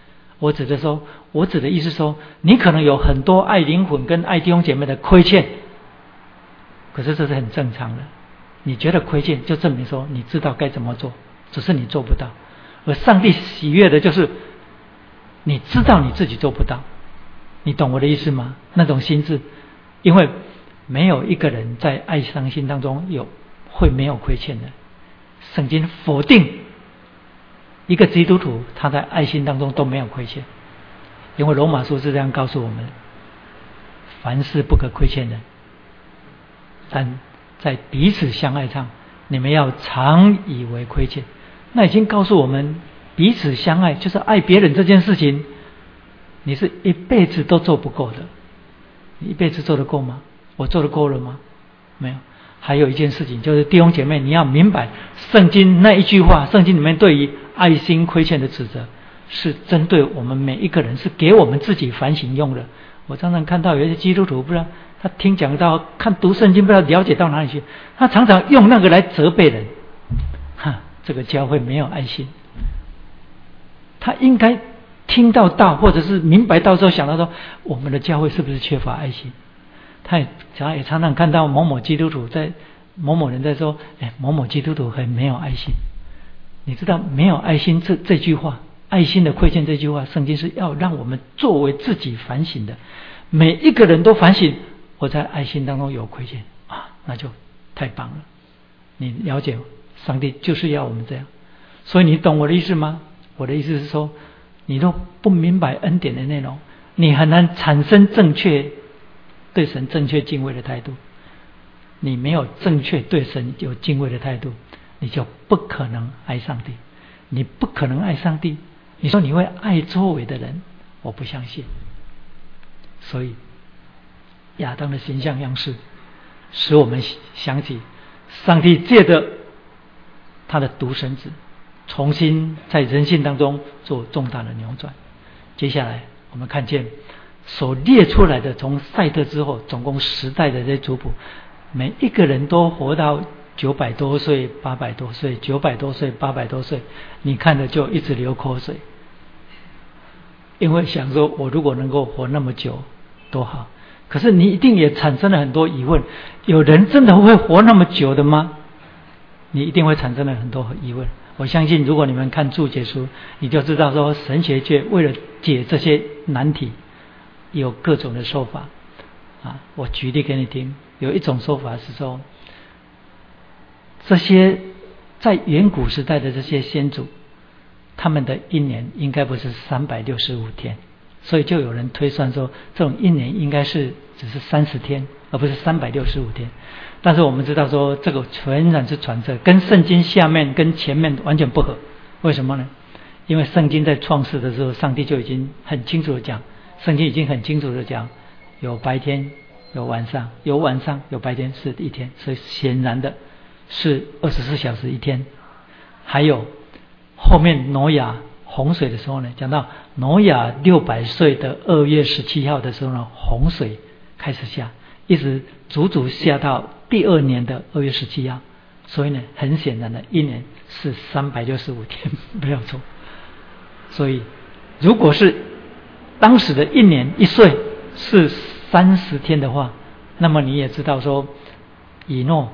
我指的意思说，你可能有很多爱灵魂跟爱弟兄姐妹的亏欠，可是这是很正常的。你觉得亏欠，就证明说你知道该怎么做，只是你做不到。而上帝喜悦的就是你知道你自己做不到，你懂我的意思吗？那种心智，因为没有一个人在爱伤心当中会没有亏欠的。圣经否定一个基督徒他在爱心当中都没有亏欠，因为罗马书是这样告诉我们，凡事不可亏欠人，但在彼此相爱上，你们要常以为亏欠。那已经告诉我们，彼此相爱就是爱别人这件事情，你是一辈子都做不够的。你一辈子做得够吗？我做得够了吗？没有。还有一件事情，就是弟兄姐妹，你要明白圣经那一句话，圣经里面对于爱心亏欠的指责，是针对我们每一个人，是给我们自己反省用的。我常常看到有一些基督徒，不知道他听讲道、看读圣经，不知道了解到哪里去，他常常用那个来责备人。这个教会没有爱心。他应该听到道，或者是明白到之后想到说，我们的教会是不是缺乏爱心？他也常常看到某某基督徒在某某人在说，某某基督徒很没有爱心。你知道没有爱心这句话，爱心的亏欠这句话，圣经是要让我们作为自己反省的。每一个人都反省，我在爱心当中有亏欠那就太棒了。你了解上帝就是要我们这样。所以你懂我的意思吗？我的意思是说，你都不明白恩典的内容，你很难产生对神正确敬畏的态度。你没有正确对神有敬畏的态度，你就不可能爱上帝。你不可能爱上帝，你说你会爱周围的人，我不相信。所以亚当的形象样式使我们想起上帝借着他的独生子重新在人性当中做重大的扭转。接下来我们看见所列出来的，从赛特之后总共10代的这些族谱，每一个人都活到900多岁、800多岁、900多岁、800多岁，你看着就一直流口水，因为想说我如果能够活那么久多好。可是你一定也产生了很多疑问，有人真的会活那么久的吗？你一定会产生了很多疑问。我相信如果你们看注解书，你就知道说神学界为了解这些难题有各种的说法我举例给你听。有一种说法是说，这些在远古时代的这些先祖，他们的一年应该不是365天，所以就有人推算说，这种一年应该是只是30天，而不是365天。但是我们知道说，这个全然是传说，跟圣经下面跟前面完全不合。为什么呢？因为圣经在创世的时候，上帝就已经很清楚的讲，圣经已经很清楚的讲，有白天有晚上，有晚上有白天是一天，所以显然的是24小时一天。还有后面挪亚洪水的时候呢，讲到挪亚600岁的2月17号的时候呢，洪水开始下，一直足足下到第2年的2月17号，所以呢，很显然的，一年是365天，没有错。所以如果是当时的一年1岁是30天的话，那么你也知道说，以诺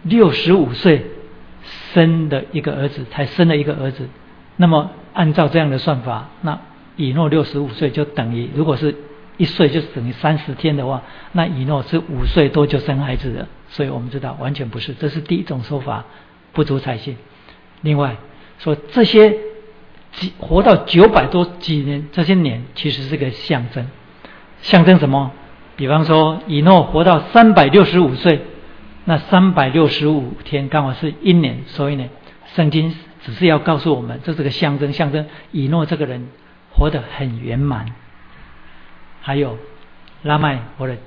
65岁生的一个儿子，才生了一个儿子，那么按照这样的算法，那以诺65岁就等于，如果是1岁就等于30天的话，那以诺是5岁多就生孩子了。所以我们知道完全不是，这是第一种说法，不足采信。另外说，这些活到900多几年，这些年其实是个象征。象征什么？比方说以诺活到365岁，那365天刚好是一年，所以呢，圣经只是要告诉我们，这是个象征，象征以诺这个人活得很圆满。还有拉麦活了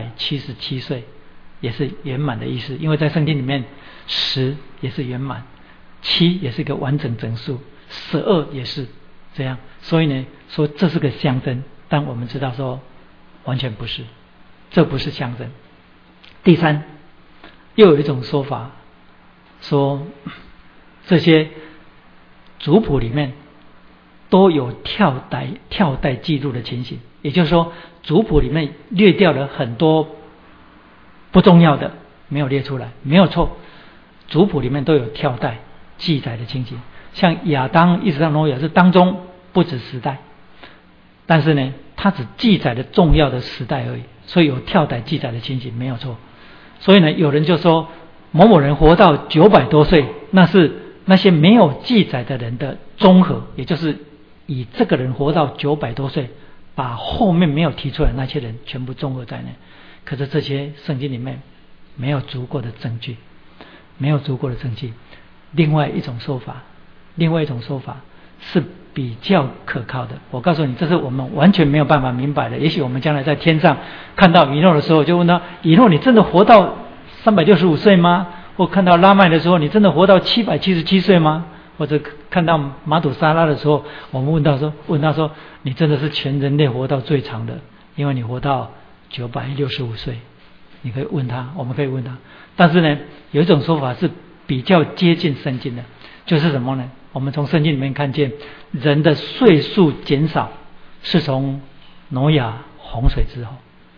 777岁，也是圆满的意思，因为在圣经里面10也是圆满，7也是一个完整整数，12也是这样。所以呢，说这是个象征，但我们知道说完全不是，这不是象征。第三，又有一种说法说，这些族谱里面都有跳代记录的情形，也就是说族谱里面略掉了很多不重要的，没有列出来，没有错，族谱里面都有跳代记载的情形。像亚当一直到挪亚这当中不止10代，但是呢它只记载了重要的时代而已，所以有跳代记载的情形，没有错。所以呢有人就说某某人活到900多岁，那是那些没有记载的人的综合，也就是以这个人活到900多岁，把后面没有提出来那些人全部综合在内。可是这些圣经里面没有足够的证据，没有足够的证据。另外一种说法是比较可靠的。我告诉你，这是我们完全没有办法明白的。也许我们将来在天上看到以诺的时候，就问他：以诺，你真的活到365岁吗？或看到拉麦的时候，你真的活到777岁吗？或者看到马土沙拉的时候，我们问他说：你真的是全人类活到最长的，因为你活到965岁。你可以问他，我们可以问他。但是呢，有一种说法是比较接近圣经的，就是什么呢？我们从圣经里面看见人的岁数减少是从挪亚洪水之后，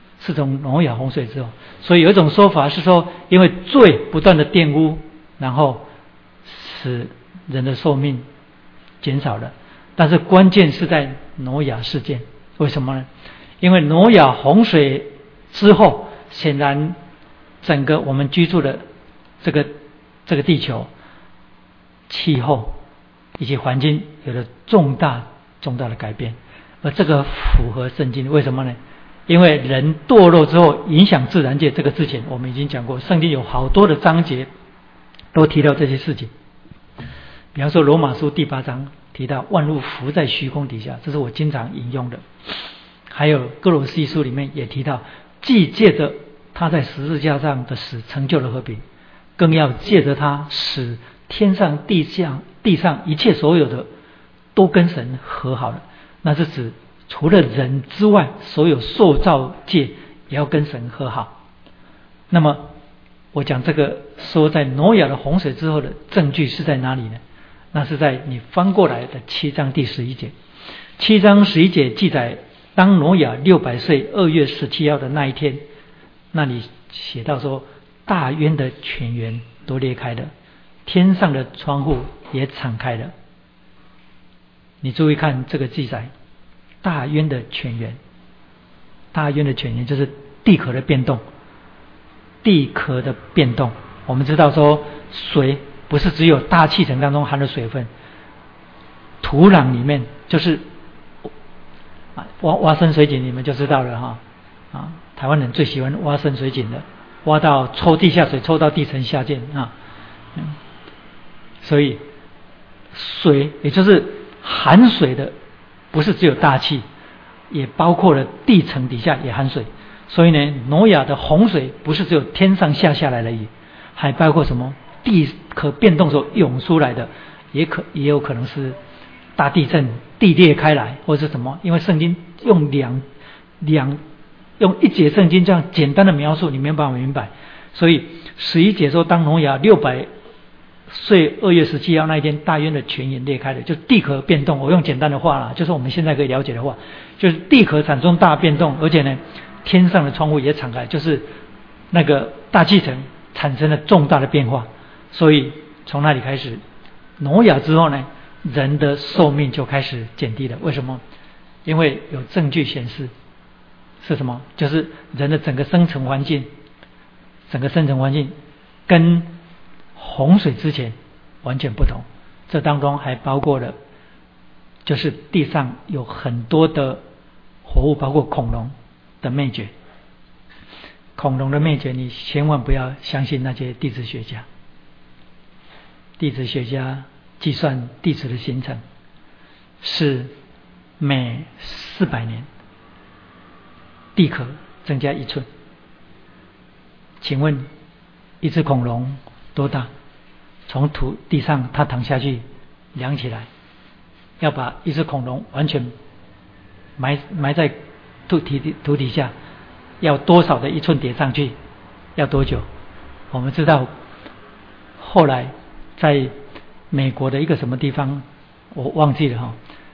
所以有一种说法是说，因为罪不断的玷污，然后使人的寿命减少了。但是关键是在挪亚事件，为什么呢？因为挪亚洪水之后，显然整个我们居住的这个地球气候以及环境有了重大的改变，而这个符合圣经。为什么呢？因为人堕落之后影响自然界，这个之前我们已经讲过，圣经有好多的章节都提到这些事情。比方说罗马书第8章提到万物伏在虚空底下，这是我经常引用的。还有哥罗西书里面也提到，既借着他在十字架上的死成就了和平，更要借着他使天上地上一切所有的都跟神和好了。那是指除了人之外，所有受造界也要跟神和好。那么我讲这个说在挪亚的洪水之后的证据是在哪里呢？那是在你翻过来的7章第11节。7章11节记载，当挪亚600岁2月17号的那一天，那里写到说，大渊的泉源都裂开了，天上的窗户也敞开了。你注意看这个记载，大渊的泉源就是地壳的变动。我们知道说，水不是只有大气层当中含的水分，土壤里面就是挖深水井，你们就知道了哈。台湾人最喜欢挖深水井的，挖到抽地下水，抽到地层下陷啊。所以水也就是含水的，不是只有大气，也包括了地层底下也含水。所以呢，挪亚的洪水不是只有天上下来而已，还包括什么地壳变动所涌出来的，也有可能是大地震，地裂开来，或者是什么。因为圣经用一节圣经这样简单的描述，你没有办法明白。所以11节说，当挪亚600岁2月17号那一天，大渊的泉源裂开了，就地壳变动。我用简单的话啦，就是我们现在可以了解的话，就是地壳产生大变动，而且呢，天上的窗户也敞开，就是那个大气层产生了重大的变化。所以从那里开始，挪亚之后呢，人的寿命就开始减低了。为什么？因为有证据显示是什么？就是人的整个生存环境跟洪水之前完全不同。这当中还包括了，就是地上有很多的活物，包括恐龙的灭绝。恐龙的灭绝，你千万不要相信那些地质学家。地质学家计算地质的形成是每400年地壳增加1寸。请问一只恐龙多大？从地上它躺下去量起来，要把一只恐龙完全埋在土底下，要多少的1寸叠上去？要多久？我们知道后来在美国的一个什么地方我忘记了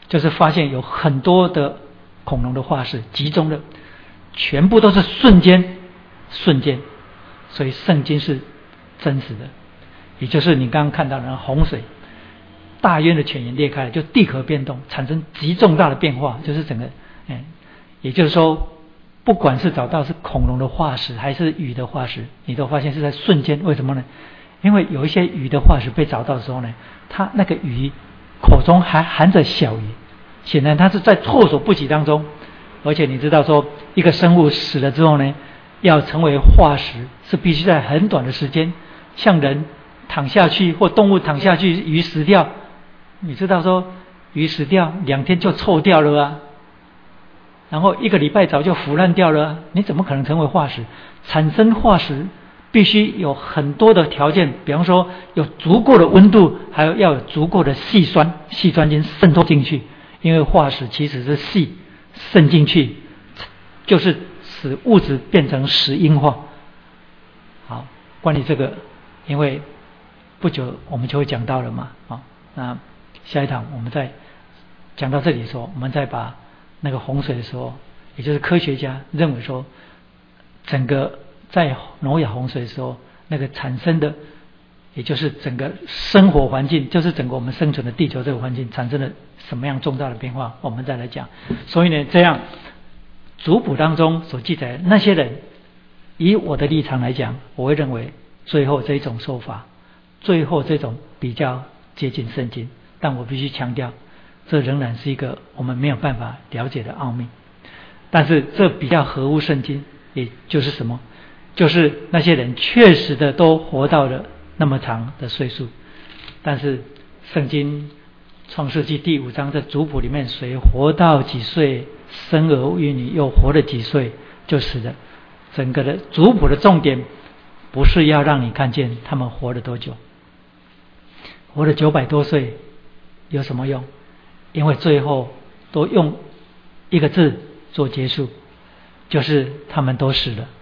就是发现有很多的恐龙的化石集中的，全部都是瞬间，所以圣经是真实的，也就是你刚刚看到的洪水，大渊的泉源裂开，就地壳变动，产生极重大的变化，就是整个，也就是说，不管是找到是恐龙的化石还是鱼的化石，你都发现是在瞬间。为什么呢？因为有一些鱼的化石被找到的时候呢，它那个鱼口中还含着小鱼，显然它是在措手不及当中。而且你知道说，一个生物死了之后呢，要成为化石是必须在很短的时间，像人躺下去或动物躺下去，鱼死掉，你知道说鱼死掉2天就臭掉了啊，然后1个礼拜早就腐烂掉了啊，你怎么可能成为化石？产生化石必须有很多的条件，比方说有足够的温度，还有要有足够的细酸性渗透进去，因为化石其实是细渗进去，就是使物质变成石英化。好，关于这个，因为不久我们就会讲到了嘛，那下一堂我们再讲到这里的时候，我们再把那个洪水的时候，也就是科学家认为说，整个在挪亚洪水的时候，那个产生的，也就是整个生活环境，就是整个我们生存的地球这个环境产生了什么样重大的变化，我们再来讲。所以呢，这样族谱当中所记载的那些人，以我的立场来讲，我会认为最后这一种说法，最后这种比较接近圣经，但我必须强调，这仍然是一个我们没有办法了解的奥秘。但是这比较合乎圣经，也就是什么？就是那些人确实的都活到了那么长的岁数，但是圣经创世纪第5章的族谱里面，谁活到几岁，生儿育女又活了几岁就死了。整个的族谱的重点不是要让你看见他们活了多久，活了900多岁有什么用？因为最后都用一个字做结束，就是他们都死了。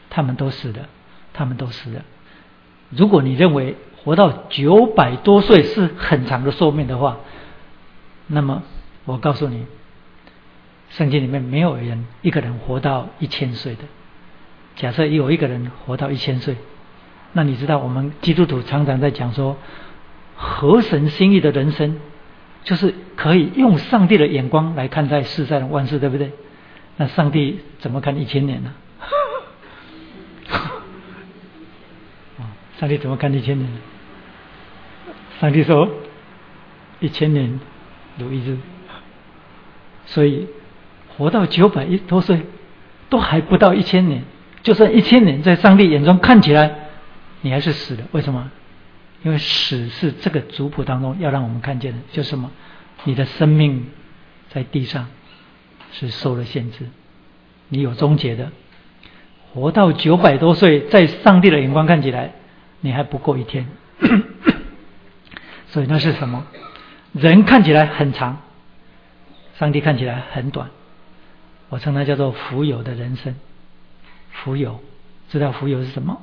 如果你认为活到900多岁是很长的寿命的话，那么我告诉你，圣经里面没有一个人活到1000岁的。假设有一个人活到1000岁，那你知道我们基督徒常常在讲说，合神心意的人生，就是可以用上帝的眼光来看待世上的万事，对不对？那上帝怎么看1000年呢？上帝怎么看1000年？上帝说1000年如一日，所以活到900多岁都还不到1000年，就算1000年在上帝眼中看起来你还是死了。为什么？因为死是这个族谱当中要让我们看见的，就是什么？你的生命在地上是受了限制，你有终结的。活到900多岁，在上帝的眼光看起来你还不够1天所以那是什么？人看起来很长，上帝看起来很短。我称它叫做浮游的人生。浮游，知道浮游是什么？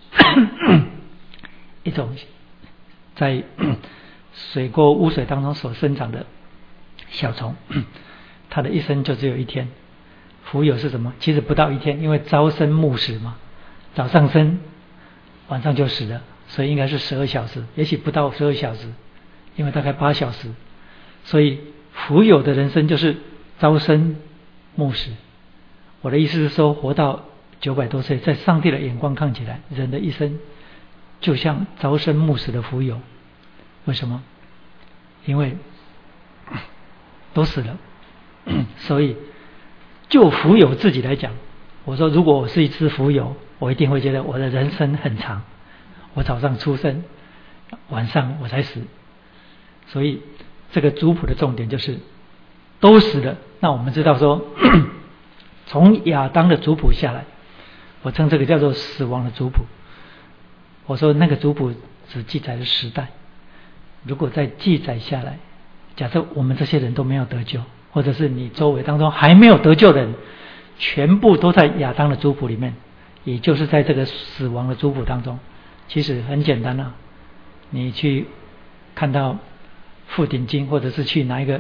一种在水沟污水当中所生长的小虫，它的一生就只有1天。浮游是什么？其实不到1天，因为朝生暮死嘛，早上生晚上就死了，所以应该是12小时，也许不到12小时，因为大概8小时。所以浮游的人生就是朝生暮死。我的意思是说，活到900多岁，在上帝的眼光看起来，人的一生就像朝生暮死的浮游。为什么？因为都死了所以就浮游自己来讲，我说如果我是一只浮游，我一定会觉得我的人生很长，我早上出生，晚上我才死。所以这个族谱的重点就是都死了。那我们知道说从亚当的族谱下来，我称这个叫做死亡的族谱。我说那个族谱只记载了10代，如果再记载下来，假设我们这些人都没有得救，或者是你周围当中还没有得救的人，全部都在亚当的族谱里面，也就是在这个死亡的族谱当中。其实很简单啊，你去看到富鼎经，或者是去哪一个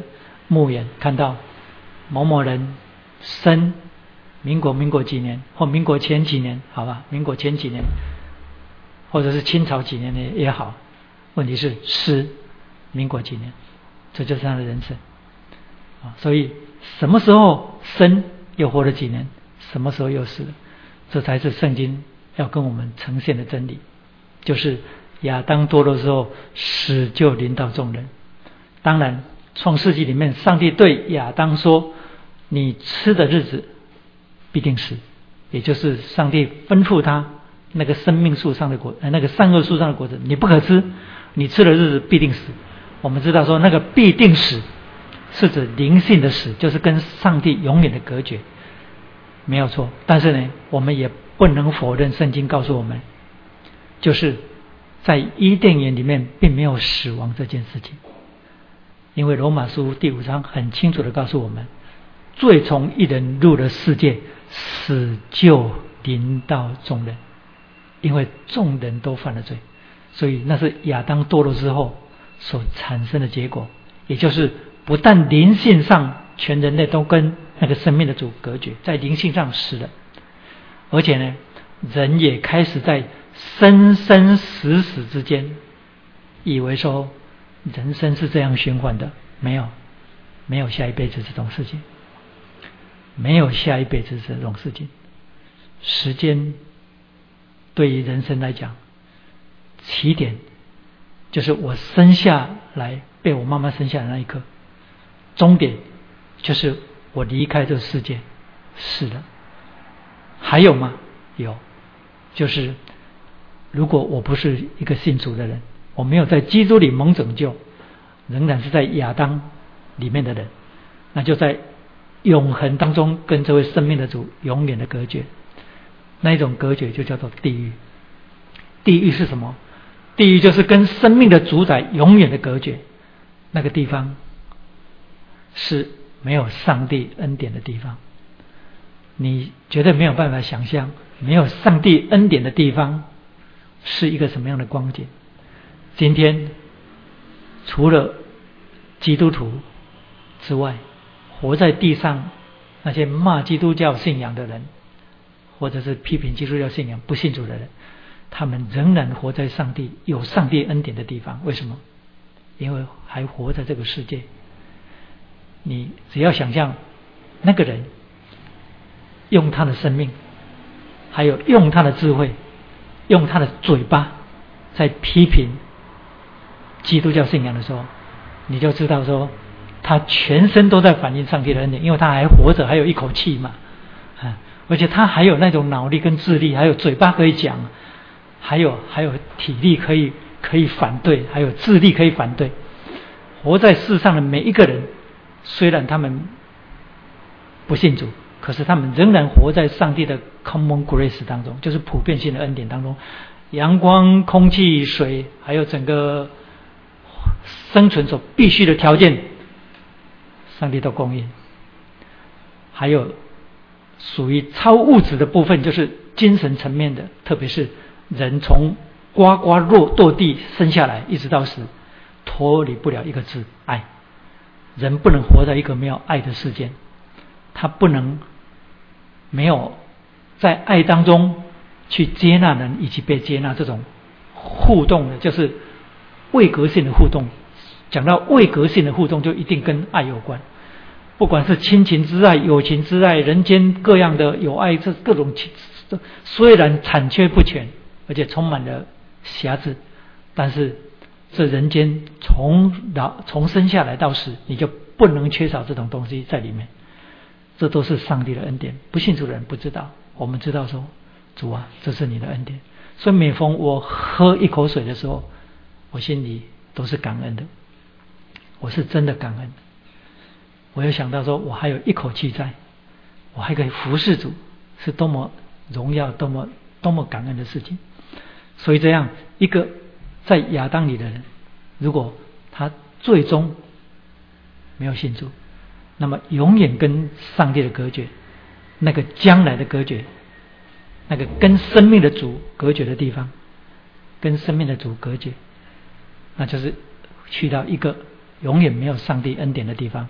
目眼看到某某人生民国几年，或民国前几年，好吧，民国前几年，或者是清朝几年的也好，问题是死民国几年，这就是他的人生所以什么时候生又活了几年，什么时候又死了，这才是圣经要跟我们呈现的真理。就是亚当堕落之后，死就临到众人。当然创世纪里面上帝对亚当说，你吃的日子必定死，也就是上帝吩咐他那个生命树上的果，那个善恶树上的果子你不可吃，你吃的日子必定死。我们知道说那个必定死是指灵性的死，就是跟上帝永远的隔绝，没有错。但是呢，我们也不能否认圣经告诉我们，就是在伊甸园里面并没有死亡这件事情。因为罗马书第5章很清楚的告诉我们，罪从一人入了世界，死就临到众人，因为众人都犯了罪，所以那是亚当堕落之后所产生的结果。也就是不但灵性上全人类都跟那个生命的主隔绝，在灵性上死了，而且呢，人也开始在生生死死之间以为说人生是这样循环的，没有下一辈子这种事情，没有下一辈子这种事情。时间对于人生来讲，起点就是我生下来被我妈妈生下来那一刻，终点就是我离开这个世界死了。还有吗？有，就是如果我不是一个信主的人，我没有在基督里蒙拯救，仍然是在亚当里面的人，那就在永恒当中跟这位生命的主永远的隔绝。那一种隔绝就叫做地狱。地狱是什么？地狱就是跟生命的主宰永远的隔绝，那个地方是没有上帝恩典的地方。你绝对没有办法想象没有上帝恩典的地方是一个什么样的光景。今天除了基督徒之外，活在地上那些骂基督教信仰的人，或者是批评基督教信仰不信主的人，他们仍然活在上帝有上帝恩典的地方。为什么？因为还活在这个世界。你只要想象那个人用他的生命，还有用他的智慧，用他的嘴巴在批评基督教信仰的时候，你就知道说他全身都在反映上帝的恩典，因为他还活着，还有一口气嘛，而且他还有那种脑力跟智力，还有嘴巴可以讲，还有体力可以反对，还有智力可以反对。活在世上的每一个人，虽然他们不信主，可是他们仍然活在上帝的 common grace 当中，就是普遍性的恩典当中。阳光、空气、水，还有整个生存所必须的条件，上帝都供应。还有属于超物质的部分，就是精神层面的，特别是人从呱呱落地生下来一直到死，脱离不了一个字，爱。人不能活在一个没有爱的世界，他不能没有在爱当中去接纳人以及被接纳，这种互动的就是位格性的互动。讲到位格性的互动，就一定跟爱有关，不管是亲情之爱、友情之爱、人间各样的有爱，这各种虽然残缺不全，而且充满了瑕疵，但是这人间从生下来到死，你就不能缺少这种东西在里面。这都是上帝的恩典，不信主的人不知道，我们知道说，主啊，这是你的恩典。所以每逢我喝一口水的时候，我心里都是感恩的，我是真的感恩。我又想到说，我还有一口气在，我还可以服侍主，是多么荣耀、多么感恩的事情。所以这样一个在亚当里的人，如果他最终没有信主，那么永远跟上帝的隔绝，那个将来的隔绝，那个跟生命的主隔绝的地方，跟生命的主隔绝，那就是去到一个永远没有上帝恩典的地方。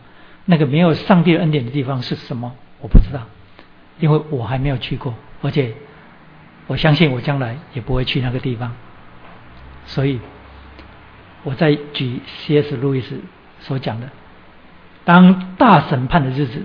那个没有上帝的恩典的地方是什么？我不知道，因为我还没有去过，而且我相信我将来也不会去那个地方。所以我在举 C.S. 路易斯所讲的，当大审判的日子，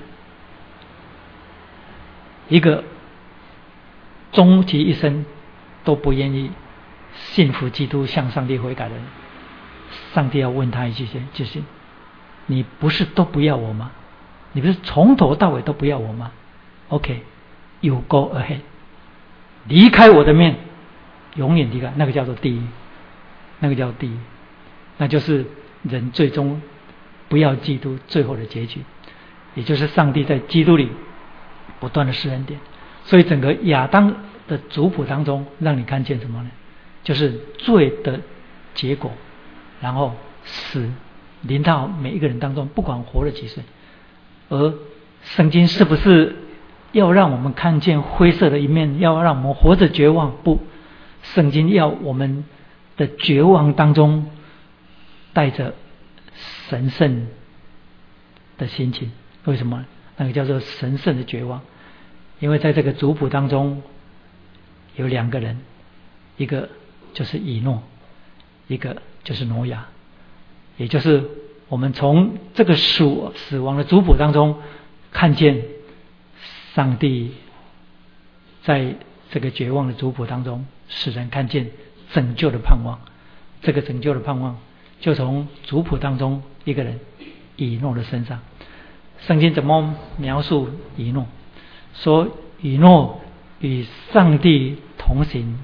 一个终其一生都不愿意信服基督向上帝悔改的人，上帝要问他一句话，就是你不是都不要我吗？你不是从头到尾都不要我吗？ OK You go ahead， 离开我的面，永远离开，那个叫做地狱，那个叫地狱，那就是人最终不要基督最后的结局，也就是上帝在基督里不断的施恩典。所以整个亚当的族谱当中让你看见什么呢？就是罪的结果，然后死临到每一个人当中，不管活了几岁。而圣经是不是要让我们看见灰色的一面，要让我们活着绝望？不，圣经要我们的绝望当中带着神圣的心情。为什么？那个叫做神圣的绝望。因为在这个族谱当中有两个人，一个就是以诺，一个就是挪亚，也就是我们从这个死亡的族谱当中看见上帝在这个绝望的族谱当中使人看见拯救的盼望。这个拯救的盼望就从族谱当中一个人以诺的身上。圣经怎么描述以诺？说以诺与上帝同行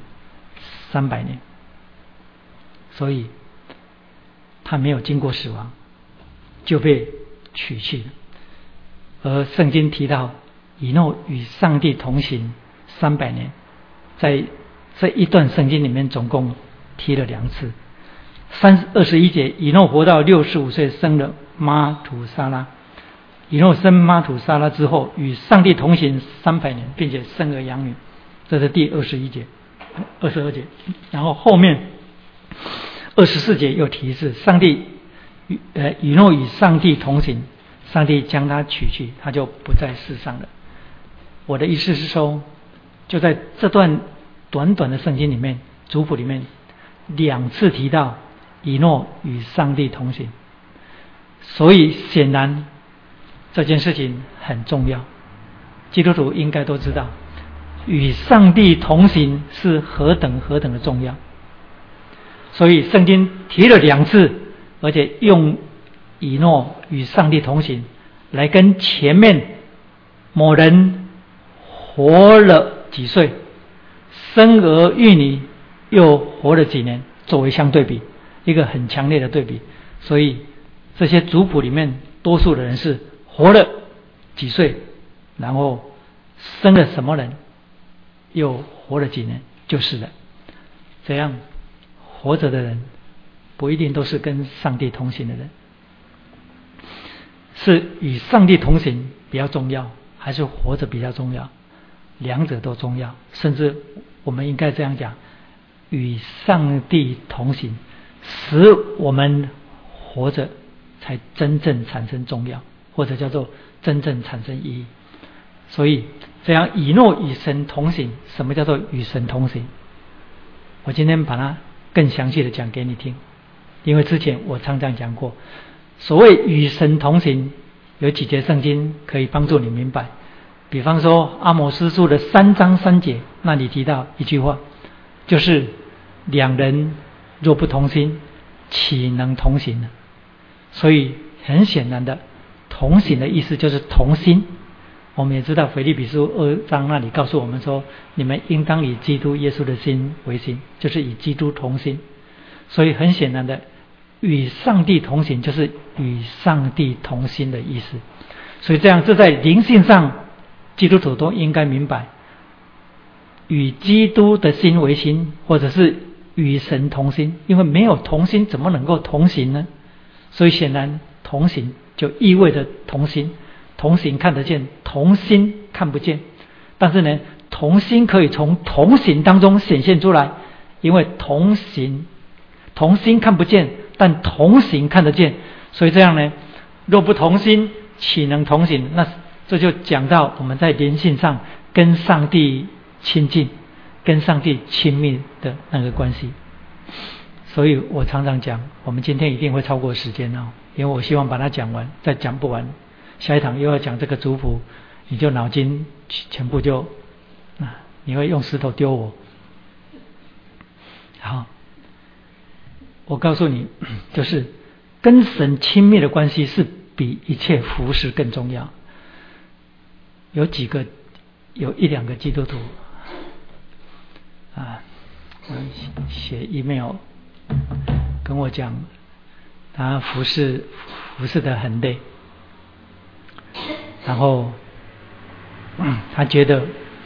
300年，所以他没有经过死亡就被取去了。而圣经提到以诺与上帝同行300年，在这一段圣经里面总共提了2次。21节，以诺活到65岁，生了玛土沙拉。以诺生玛土沙拉之后，与上帝同行300年，并且生儿养女。这是第22节。然后后面24节又提示以诺与上帝同行，上帝将他取去，他就不在世上了。我的意思是说，就在这段短短的圣经里面，族谱里面2次提到以诺与上帝同行，所以显然这件事情很重要。基督徒应该都知道，与上帝同行是何等的重要。所以圣经提了2次，而且用以诺与上帝同行来跟前面某人活了几岁，生儿育女又活了几年作为相对比，一个很强烈的对比。所以这些族谱里面多数的人是活了几岁，然后生了什么人，又活了几年就是了。这样活着的人不一定都是跟上帝同行的人，是与上帝同行比较重要，还是活着比较重要？两者都重要，甚至我们应该这样讲，与上帝同行使我们活着才真正产生重要，或者叫做真正产生意义。所以这样以诺与神同行，什么叫做与神同行？我今天把它更详细的讲给你听，因为之前我常常讲过，所谓与神同行有几节圣经可以帮助你明白。比方说阿摩司书的3章3节，那里提到一句话，就是2人若不同心，岂能同行呢？所以很显然的，同行的意思就是同心。我们也知道腓立比书2章那里告诉我们说，你们应当以基督耶稣的心为心，就是以基督同心。所以很显然的，与上帝同行就是与上帝同心的意思。所以这在灵性上基督徒都应该明白，与基督的心为心，或者是与神同心。因为没有同心怎么能够同行呢？所以显然同行就意味着同心。同行看得见，同心看不见。但是呢，同心可以从同行当中显现出来，因为同心看不见，但同行看得见。所以这样呢，若不同心， 岂能同行？那这就讲到我们在灵性上跟上帝亲近、跟上帝亲密的那个关系。所以我常常讲，我们今天一定会超过时间哦，因为我希望把它讲完，再讲不完，下一堂又要讲这个族谱，你就脑筋全部就你会用石头丢我。好，我告诉你，就是跟神亲密的关系是比一切服事更重要。有一两个基督徒写 email 跟我讲，他服事得很累，然后他觉得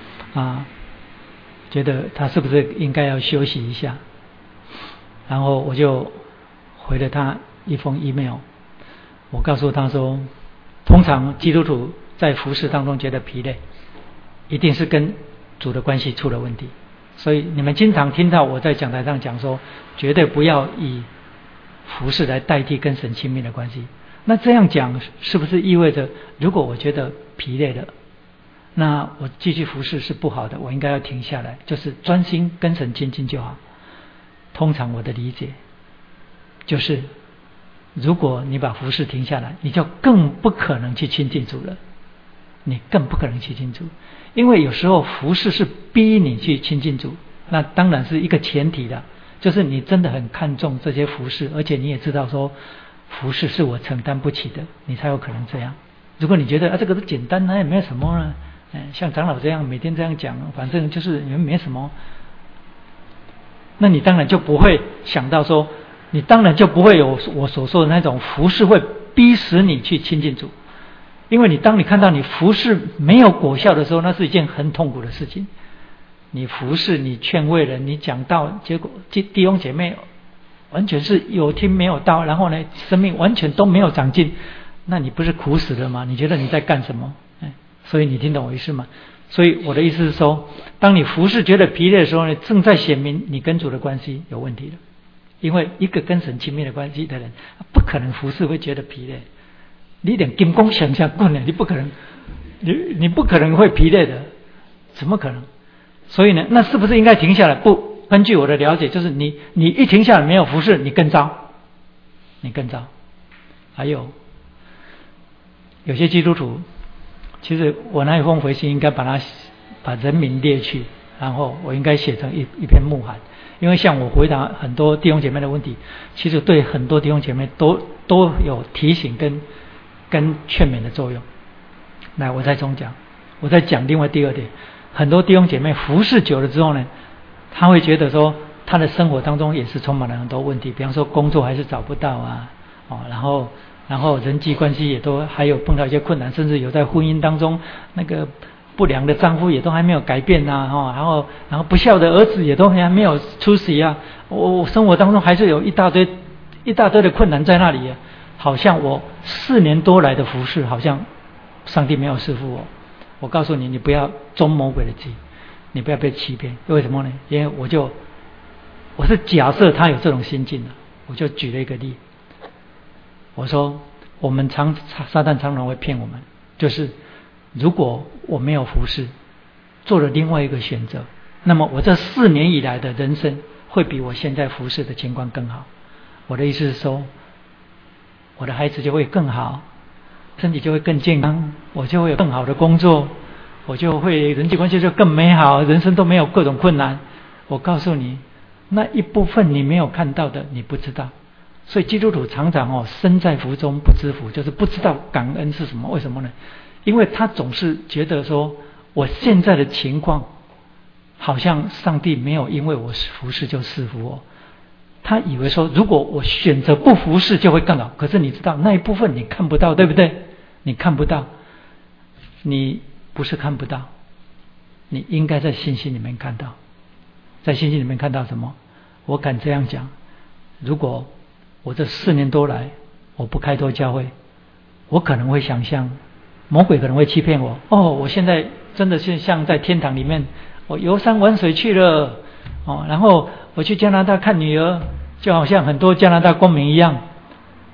他是不是应该要休息一下，然后我就回了他一封 email， 我告诉他说，通常基督徒在服事当中觉得疲累，一定是跟主的关系出了问题。所以你们经常听到我在讲台上讲说，绝对不要以服事来代替跟神亲密的关系。那这样讲是不是意味着，如果我觉得疲累了，那我继续服事是不好的，我应该要停下来，就是专心跟神亲近就好？通常我的理解就是，如果你把服事停下来，你就更不可能去亲近主了，你更不可能亲近主。因为有时候服事是逼你去亲近主，那当然是一个前提的，就是你真的很看重这些服事，而且你也知道说服事是我承担不起的，你才有可能这样。如果你觉得这个是简单，那也没有什么呢，像长老这样每天这样讲，反正就是你们没什么，那你当然就不会想到说，你当然就不会有我所说的那种服事会逼使你去亲近主。因为当你看到你服事没有果效的时候，那是一件很痛苦的事情。你服事，你劝慰人，你讲道，结果弟兄姐妹完全是有听没有到，然后呢，生命完全都没有长进，那你不是苦死了吗？你觉得你在干什么？所以你听懂我意思吗？所以我的意思是说，当你服事觉得疲累的时候呢，正在显明你跟主的关系有问题了。因为一个跟神亲密的关系的人，不可能服事会觉得疲累。你连金光想象棍呢，你不可能，你不可能会疲累的，怎么可能？所以呢，那是不是应该停下来？不，根据我的了解，就是你一停下来没有服事，你更糟，你更糟。还有些基督徒，其实我那一封回信应该把人名列去，然后我应该写成一篇牧函，因为像我回答很多弟兄姐妹的问题，其实对很多弟兄姐妹都有提醒跟劝勉的作用。来，我再重讲，我再讲另外第二点，很多弟兄姐妹服事久了之后呢，他会觉得说他的生活当中也是充满了很多问题，比方说工作还是找不到然后人际关系也都还有碰到一些困难，甚至有在婚姻当中那个不良的丈夫也都还没有改变然后不孝的儿子也都还没有出息我生活当中还是有一大堆的困难在那里好像我4年多来的服事，好像上帝没有赐福我告诉你，你不要中魔鬼的计，你不要被欺骗。为什么呢？因为我是假设他有这种心境的，我就举了一个例，我说撒旦常常会骗我们，就是如果我没有服事，做了另外一个选择，那么我这4年以来的人生会比我现在服事的情况更好。我的意思是说，我的孩子就会更好，身体就会更健康，我就会有更好的工作，我就会人际关系就更美好，人生都没有各种困难。我告诉你，那一部分你没有看到的，你不知道。所以基督徒常常身在福中不知福，就是不知道感恩是什么。为什么呢？因为他总是觉得说，我现在的情况好像上帝没有因为我服事就赐福我。他以为说，如果我选择不服事就会更好。可是你知道那一部分你看不到，对不对？你看不到，你不是看不到，你应该在信心里面看到。在信心里面看到什么？我敢这样讲，如果我这4年多来我不开拓教会，我可能会想象魔鬼可能会欺骗我我现在真的是像在天堂里面，我游山玩水去了然后我去加拿大看女儿，就好像很多加拿大公民一样。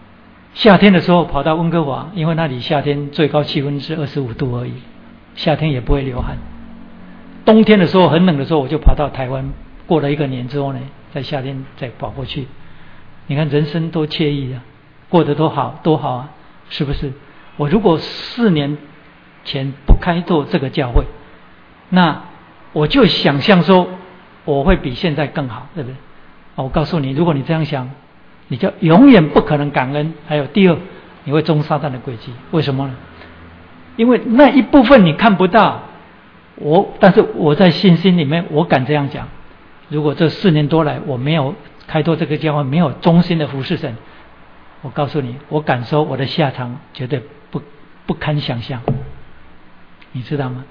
夏天的时候跑到温哥华，因为那里夏天最高气温是25度而已，夏天也不会流汗。冬天的时候很冷的时候，我就跑到台湾，过了1个年之后呢，在夏天再跑过去。你看人生多惬意啊，过得多好啊，是不是？我如果4年前不开拓这个教会，那我就想象说我会比现在更好，对不对？我告诉你，如果你这样想，你就永远不可能感恩。还有第二，你会中撒旦的诡计。为什么呢？因为那一部分你看不到。但是我在信心里面，我敢这样讲，如果这4年多来我没有开拓这个教会，没有忠心的服侍神，我告诉你，我感受我的下场绝对不堪想象，你知道吗？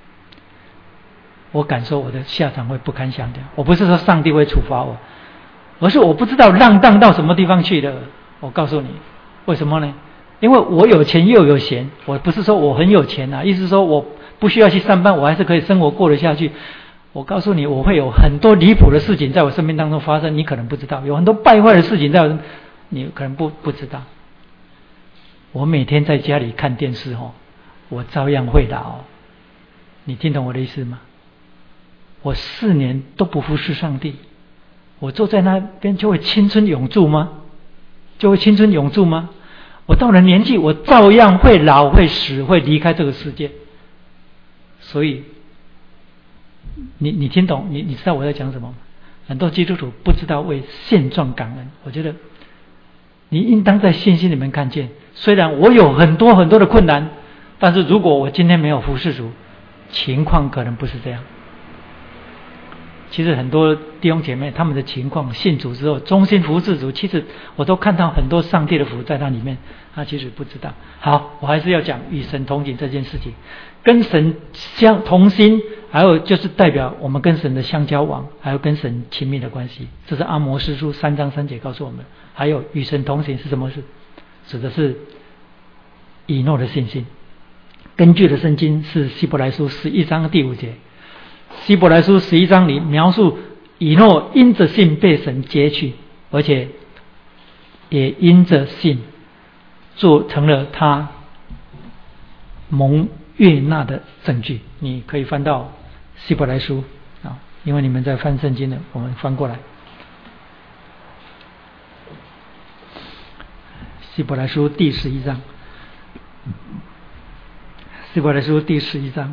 我感受我的下场会不堪想象。我不是说上帝会处罚我，而是我不知道浪荡到什么地方去了。我告诉你，为什么呢？因为我有钱又有闲。我不是说我很有钱啊，意思是说我不需要去上班，我还是可以生活过得下去。我告诉你，我会有很多离谱的事情在我生命当中发生，你可能不知道。有很多败坏的事情在我，你可能不知道。我每天在家里看电视我照样会老。你听懂我的意思吗？我4年都不服侍上帝，我坐在那边就会青春永驻吗？我到了年纪，我照样会老、会死、会离开这个世界。所以你听懂，你知道我在讲什么吗？很多基督徒不知道为现状感恩。我觉得你应当在信心里面看见，虽然我有很多很多的困难，但是如果我今天没有服侍主，情况可能不是这样。其实很多弟兄姐妹他们的情况，信主之后忠心服侍主，其实我都看到很多上帝的福在那里面，他其实不知道。好，我还是要讲与神同行这件事情，跟神同心，还有就是代表我们跟神的相交往，还有跟神亲密的关系。这是阿摩司书3章3节告诉我们。还有与神同行是什么事？指的是以诺的信心。根据的圣经是希伯来书11章第5节。希伯来书11章里描述以诺因着信被神接去，而且也因着信做成了他蒙悦纳的证据。你可以翻到希伯来书因为你们在翻圣经的，我们翻过来。希伯来书第11章，希伯来书第11章。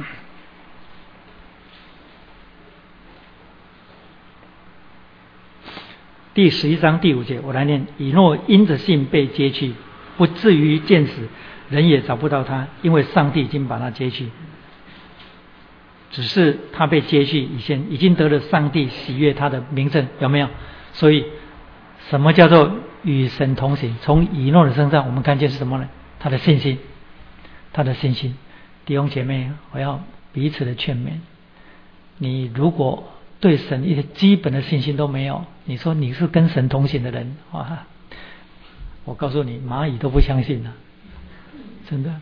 第11章第5节，我来念：以诺因着信被接去，不至于见死，人也找不到他，因为上帝已经把他接去。只是他被接去以前，已经得了上帝喜悦他的名证，有没有？所以什么叫做与神同行？从以诺的身上我们看见是什么呢？他的信心。弟兄姐妹，我要彼此的劝勉。你如果对神一个基本的信心都没有，你说你是跟神同行的人，我告诉你，蚂蚁都不相信了，真的。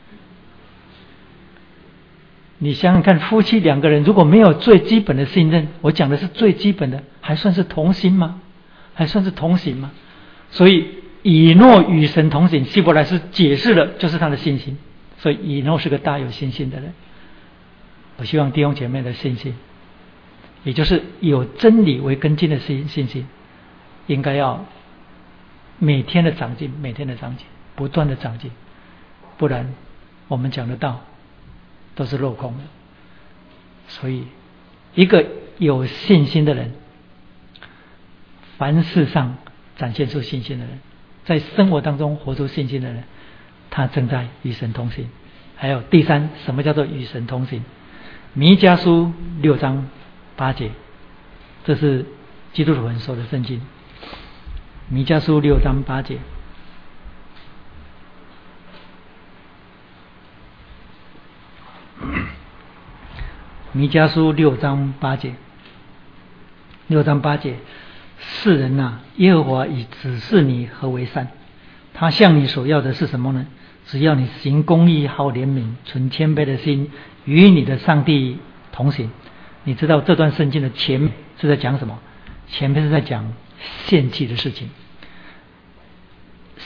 你想想看，夫妻2个人如果没有最基本的信任，我讲的是最基本的，还算是同心吗？还算是同行吗？所以以诺与神同行，希伯来书解释了就是他的信心。所以以诺是个大有信心的人。我希望弟兄姐妹的信心，也就是有真理为根基的信心，应该要每天的长进，不断的长进，不然我们讲的道都是落空的。所以一个有信心的人，凡事上展现出信心的人，在生活当中活出信心的人，他正在与神同行。还有第三，什么叫做与神同行？弥迦书6章8节，这是基督徒很熟的圣经。弥迦书6章8节，弥迦书6章8节，6章8节，世人呐，耶和华已指示你何为善，他向你所要的是什么呢？只要你行公义，好怜悯，存谦卑的心，与你的上帝同行。你知道这段圣经的前面是在讲什么？前面是在讲献祭的事情。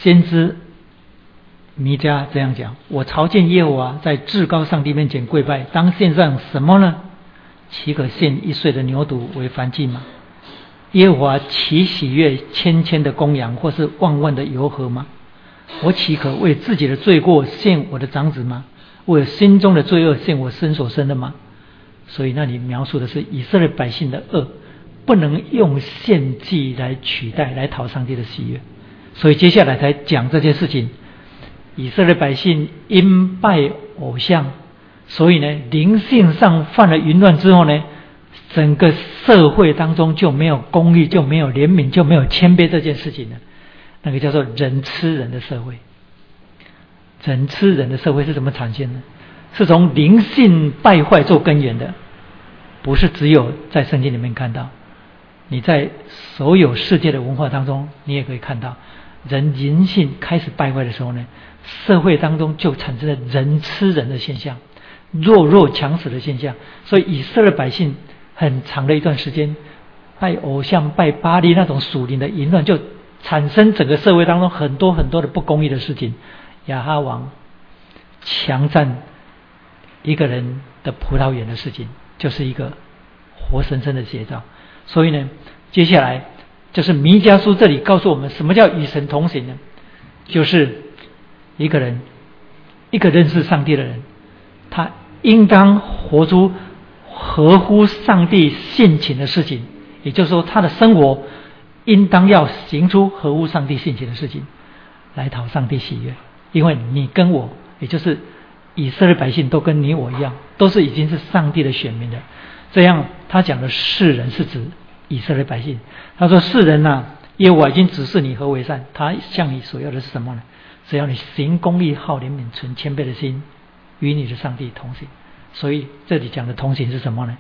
先知弥迦这样讲：我朝见耶和华，在至高上帝面前跪拜，当献上什么呢？岂可献1岁的牛犊为燔祭吗？耶和华岂喜悦千的公羊，或是万的油河吗？我岂可为自己的罪过献我的长子吗？为心中的罪恶献我身所生的吗？所以那里描述的是以色列百姓的恶，不能用献祭来取代，来讨上帝的喜悦。所以接下来才讲这件事情。以色列百姓因拜偶像，所以呢灵性上犯了淫乱之后呢，整个社会当中就没有公义，就没有怜悯，就没有谦卑这件事情了。那个叫做人吃人的社会。人吃人的社会是怎么产生的？是从灵性败坏做根源的，不是只有在圣经里面看到，你在所有世界的文化当中你也可以看到，人灵性开始败坏的时候呢，社会当中就产生了人吃人的现象，弱强食的现象。所以以色列百姓很长的一段时间拜偶像、拜巴力那种属灵的淫乱，就产生整个社会当中很多的不公义的事情。亚哈王强占一个人的葡萄园的事情，就是一个活生生的写照。所以呢，接下来就是弥迦书这里告诉我们什么叫与神同行呢？就是一个人，一个认识上帝的人，他应当活出合乎上帝性情的事情，也就是说他的生活应当要行出合乎上帝性情的事情，来讨上帝喜悦。因为你跟我，也就是以色列百姓都跟你我一样，都是已经是上帝的选民了。这样他讲的世人是指以色列百姓。他说世人啊，耶和华已经指示你何为善，他向你所要的是什么呢？只要你行公义、好怜悯、存谦卑的心，与你的上帝同行。所以这里讲的同行是什么呢？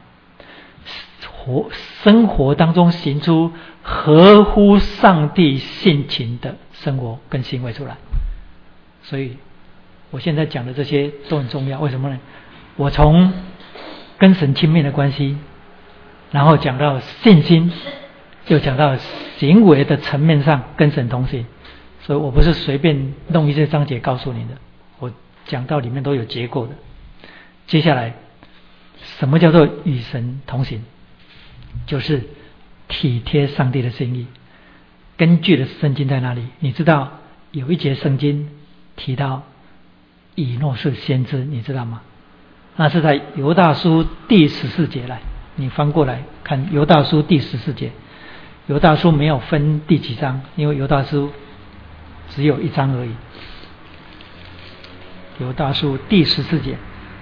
生活当中行出合乎上帝性情的生活跟行为出来。所以我现在讲的这些都很重要。为什么呢？我从跟神亲密的关系，然后讲到信心，又讲到行为的层面上跟神同行。所以我不是随便弄一些章节告诉你的，我讲到里面都有结构的。接下来什么叫做与神同行？就是体贴上帝的心意。根据的圣经在哪里？你知道有一节圣经提到以诺是先知，你知道吗？那是在犹大书第14节。来，你翻过来看犹大书第14节。犹大书没有分第几章，因为犹大书只有一章而已。犹大书第14节。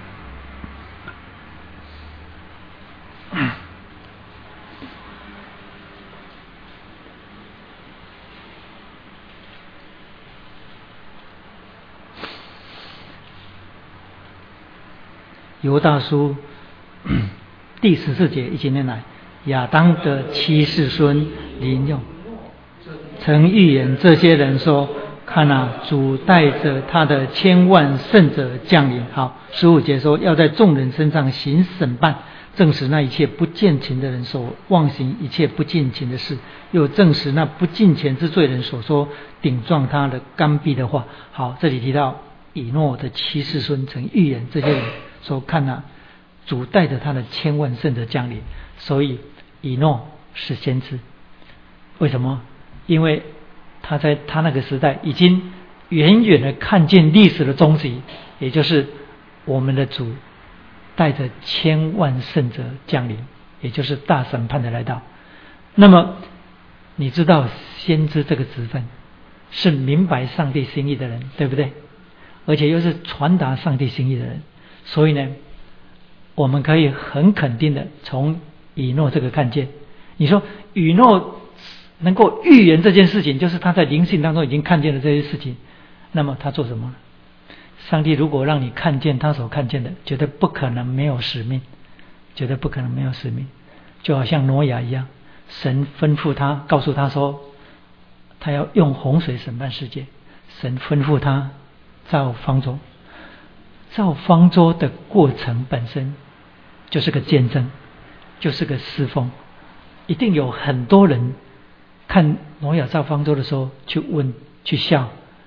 犹大书第14节一起念来：亚当的7世孙临用曾预言这些人说，看啊，主带着他的千万圣者降临。好，15节说要在众人身上行审判，证实那一切不敬虔的人所妄行一切不敬虔的事，又证实那不敬虔之罪人所说顶撞他的刚愎的话。好，这里提到以诺的7世孙曾预言这些人说，看啊，主带着他的千万圣者降临。所以以诺是先知。为什么？因为他在他那个时代已经远远的看见历史的终极，也就是我们的主带着千万圣者降临，也就是大审判的来到。那么你知道先知这个职分是明白上帝心意的人，对不对？而且又是传达上帝心意的人。所以呢，我们可以很肯定的从以诺这个看见。你说以诺能够预言这件事情，就是他在灵性当中已经看见了这些事情。那么他做什么呢？上帝如果让你看见他所看见的，绝对不可能没有使命，绝对不可能没有使命。就好像挪亚一样，神吩咐他，告诉他说他要用洪水审判世界。神吩咐他造方舟，造方舟的过程本身就是个见证，就是个侍奉。一定有很多人看挪亚造方舟的时候去问去笑，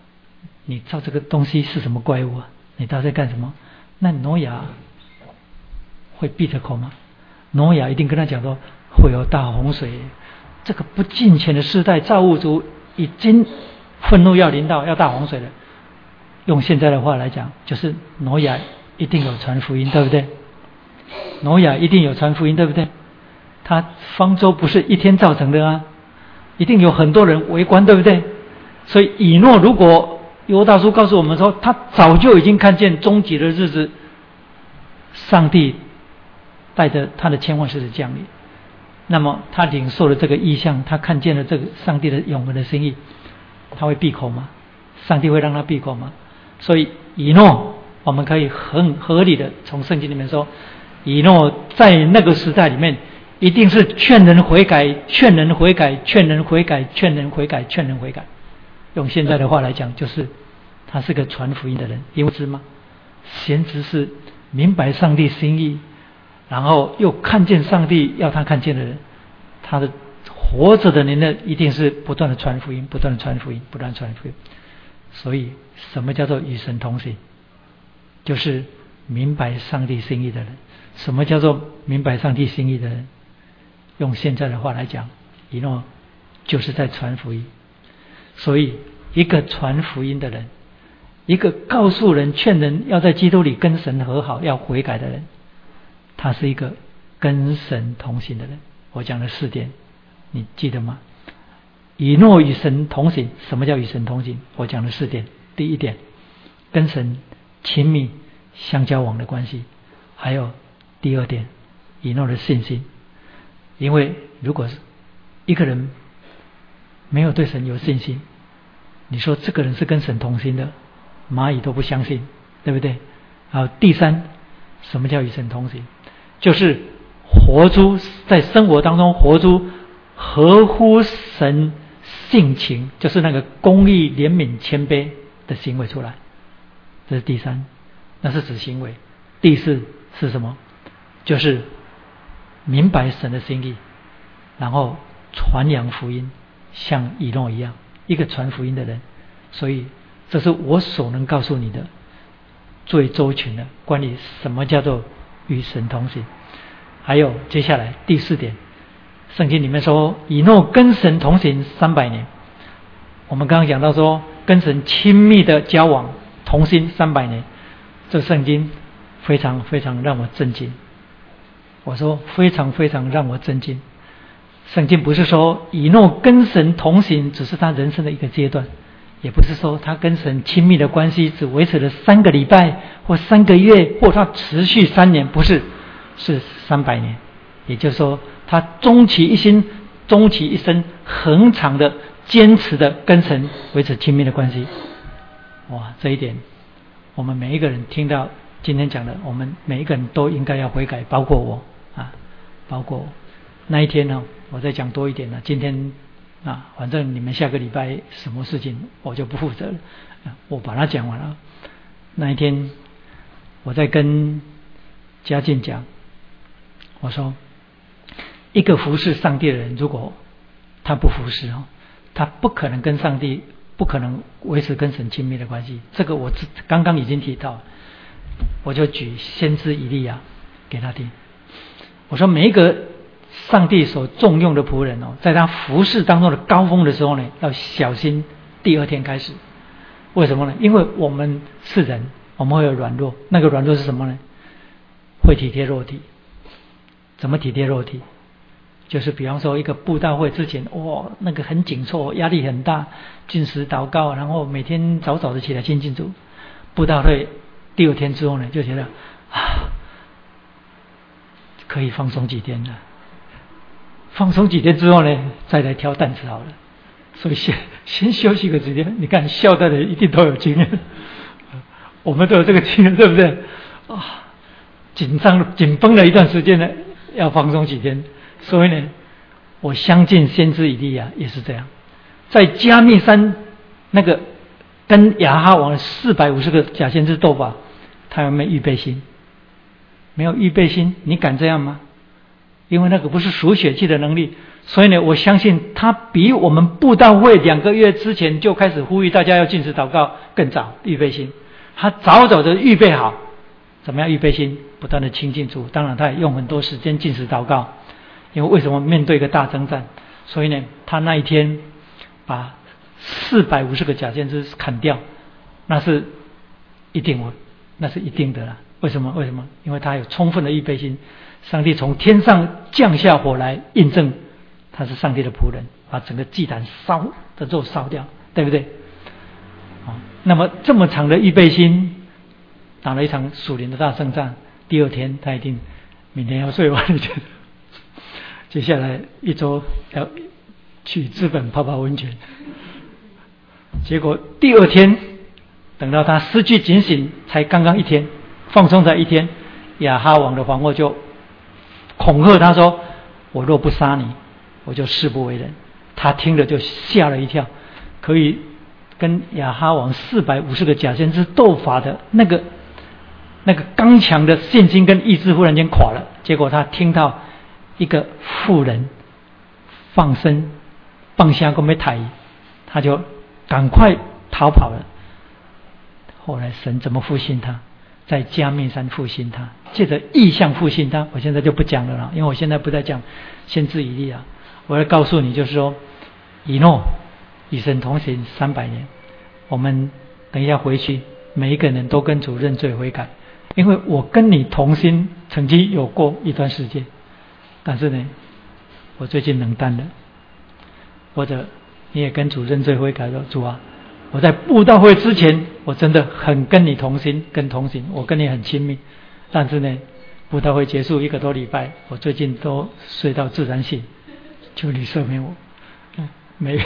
你造这个东西是什么怪物啊？你到底在干什么？那挪亚会闭着口吗？挪亚一定跟他讲说会有大洪水，这个不敬虔的世代，造物主已经愤怒要临到，要大洪水了。用现在的话来讲，就是挪亚一定有传福音，对不对？挪亚一定有传福音，对不对？他方舟不是一天造成的啊，一定有很多人围观，对不对？所以以诺如果犹大书告诉我们说，他早就已经看见终极的日子，上帝带着他的千万世的降临，那么他领受了这个意象，他看见了这个上帝的永恒的心意，他会闭口吗？上帝会让他闭口吗？所以以诺我们可以很合理的从圣经里面说，以诺在那个时代里面一定是劝人悔改，劝人悔改，劝人悔改，劝人悔改，劝人悔改。用现在的话来讲，就是他是个传福音的人，因为知吗？先知是明白上帝心意，然后又看见上帝要他看见的人，他的活着的人呢，一定是不断的传福音，不断的传福音，不断传福音。所以什么叫做与神同行？就是明白上帝心意的人。什么叫做明白上帝心意的人？用现在的话来讲，以诺就是在传福音。所以一个传福音的人，一个告诉人劝人要在基督里跟神和好，要悔改的人，他是一个跟神同行的人。我讲了4点，你记得吗？以诺与神同行。什么叫与神同行？我讲了4点。第1点，跟神亲密相交往的关系。还有第2点，以诺的信心。因为如果是一个人没有对神有信心，你说这个人是跟神同行的，蚂蚁都不相信，对不对？好，第3，什么叫与神同行？就是活出在生活当中活出合乎神性情，就是那个公义、怜悯、谦卑的行为出来。这是第3，那是指行为。第4是什么？就是明白神的心意，然后传扬福音，像以诺一样，一个传福音的人。所以这是我所能告诉你的最周全的关于什么叫做与神同行。还有接下来第4点，圣经里面说以诺跟神同行300年。我们刚刚讲到说跟神亲密的交往同心300年，这圣经非常非常让我震惊。我说非常非常让我震惊。圣经不是说以诺跟神同行只是他人生的一个阶段，也不是说他跟神亲密的关系只维持了3个礼拜或3个月，或他持续3年，不是，是300年。也就是说他终其一心，终其一生，恒长的坚持的跟神维持亲密的关系。哇，这一点我们每一个人听到今天讲的，我们每一个人都应该要悔改，包括我啊，包括我。那一天呢，我再讲多一点了。今天啊，反正你们下个礼拜什么事情我就不负责了，我把它讲完了。那一天我在跟嘉靖讲，我说一个服侍上帝的人，如果他不服侍他不可能跟上帝，不可能维持跟神亲密的关系。这个我刚刚已经提到，我就举先知以利亚给他听。我说每一个上帝所重用的仆人在他服侍当中的高峰的时候呢，要小心第2天开始。为什么呢？因为我们是人，我们会有软弱。那个软弱是什么呢？会体贴肉体。怎么体贴肉体？就是比方说一个布道会之前，那个很紧凑，压力很大，禁食祷告，然后每天早早的起来亲近主。布道会第2天之后呢，就觉得可以放松几天了。放松几天之后呢，再来挑担子好了。所以先休息个几天。你看笑的人一定都有经验，我们都有这个经验，对不对？紧绷了一段时间呢，要放松几天。所以呢，我相信先知以利亚也是这样。在加密山那个跟亚哈王450个假先知斗法，他有没有预备心？没有预备心，你敢这样吗？ 因为那个不是数血气的能力，所以呢，我相信他比我们布道会2个月之前就开始呼吁大家要禁食祷告更早预备心，他早早的预备好，怎么样预备心，不断的亲近主。当然他也用很多时间禁食祷告，因为为什么面对一个大征战，所以呢，他那一天把450个假先知砍掉，那是一定的啦。为什么？因为他有充分的预备心，上帝从天上降下火来印证他是上帝的仆人，把整个祭坛的肉烧掉，对不对？那么这么长的预备心，打了一场属灵的大胜仗，第2天他一定明天要睡晚一点，接下来1周要去日本泡泡温泉。结果第2天等到他失去警醒，才刚刚1天，放松才1天，亚哈王的皇后就恐吓他说，我若不杀你，我就誓不为人。他听了就吓了一跳，可以跟亚哈王450个假先知斗法的那个刚强的信心跟意志忽然间垮了。结果他听到一个妇人放声放下过没抬，他就赶快逃跑了。后来神怎么复兴他？在加密山复兴他，借着异象复兴他。我现在就不讲了啦，因为我现在不再讲先知以利啊。我要告诉你，就是说，以诺与神同行300年，我们等一下回去，每一个人都跟主认罪悔改。因为我跟你同心，曾经有过一段时间，但是呢，我最近冷淡了。或者你也跟主认罪悔改说，主啊，我在布道会之前，我真的很跟你同心跟同行，我跟你很亲密。但是呢，布道会结束1个多礼拜，我最近都睡到自然醒，求你赦免我。没有，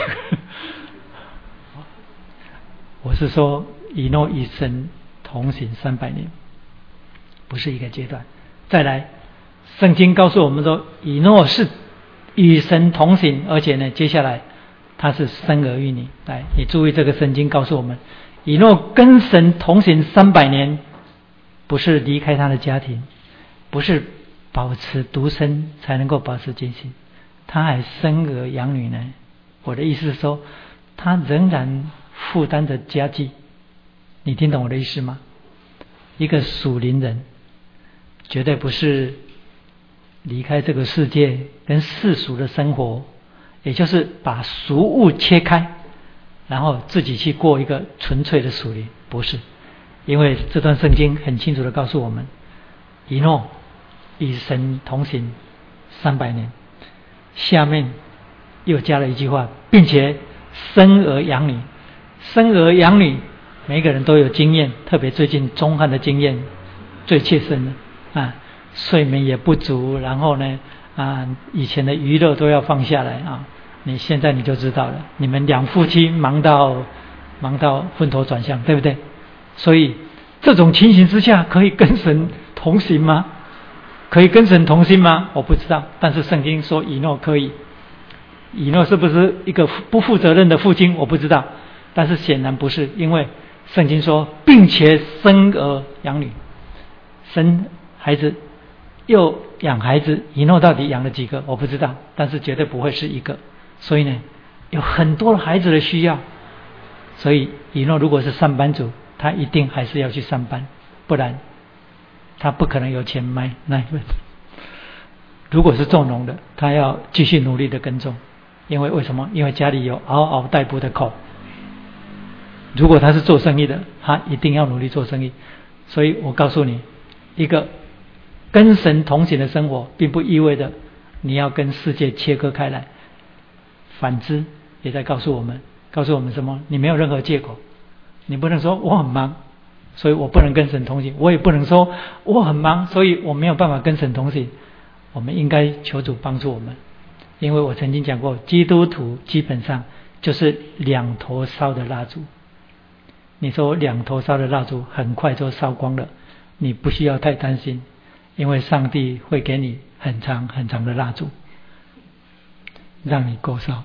我是说以诺与神同行300年，不是一个阶段。再来，圣经告诉我们说，以诺是与神同行，而且呢，接下来他是生儿育女。来，你注意这个圣经告诉我们，以诺跟神同行300年，不是离开他的家庭，不是保持独身才能够保持警醒，他还生儿养女呢。我的意思是说，他仍然负担着家计。你听懂我的意思吗？一个属灵人绝对不是离开这个世界跟世俗的生活，也就是把俗物切开，然后自己去过一个纯粹的属灵，不是。因为这段圣经很清楚的告诉我们，以诺与神同行300年，下面又加了一句话，并且生儿养女。生儿养女每个人都有经验，特别最近中汉的经验最切身的啊，睡眠也不足，然后呢以前的娱乐都要放下来啊。你现在你就知道了，你们2夫妻忙到昏头转向，对不对？所以这种情形之下，可以跟神同行吗？可以跟神同心吗？我不知道，但是圣经说以诺可以。以诺是不是一个不负责任的父亲？我不知道，但是显然不是，因为圣经说，并且生儿养女，生孩子又养孩子。以诺到底养了几个？我不知道，但是绝对不会是1个。所以呢，有很多孩子的需要。所以以诺如果是上班族，他一定还是要去上班，不然他不可能有钱买奶粉。如果是种农的，他要继续努力的耕种，因为什么？因为家里有嗷嗷待哺的口。如果他是做生意的，他一定要努力做生意。所以我告诉你，一个跟神同行的生活，并不意味着你要跟世界切割开来，反之也在告诉我们什么？你没有任何借口，你不能说我很忙，所以我不能跟神同行，我也不能说我很忙，所以我没有办法跟神同行。我们应该求主帮助我们，因为我曾经讲过，基督徒基本上就是2头烧的蜡烛。你说2头烧的蜡烛很快就烧光了，你不需要太担心，因为上帝会给你很长很长的蜡烛，让你够烧。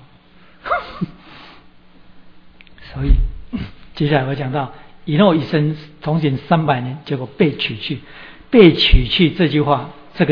所以接下来我讲到以诺与神同行300年，结果被取去。被取去这句话，这个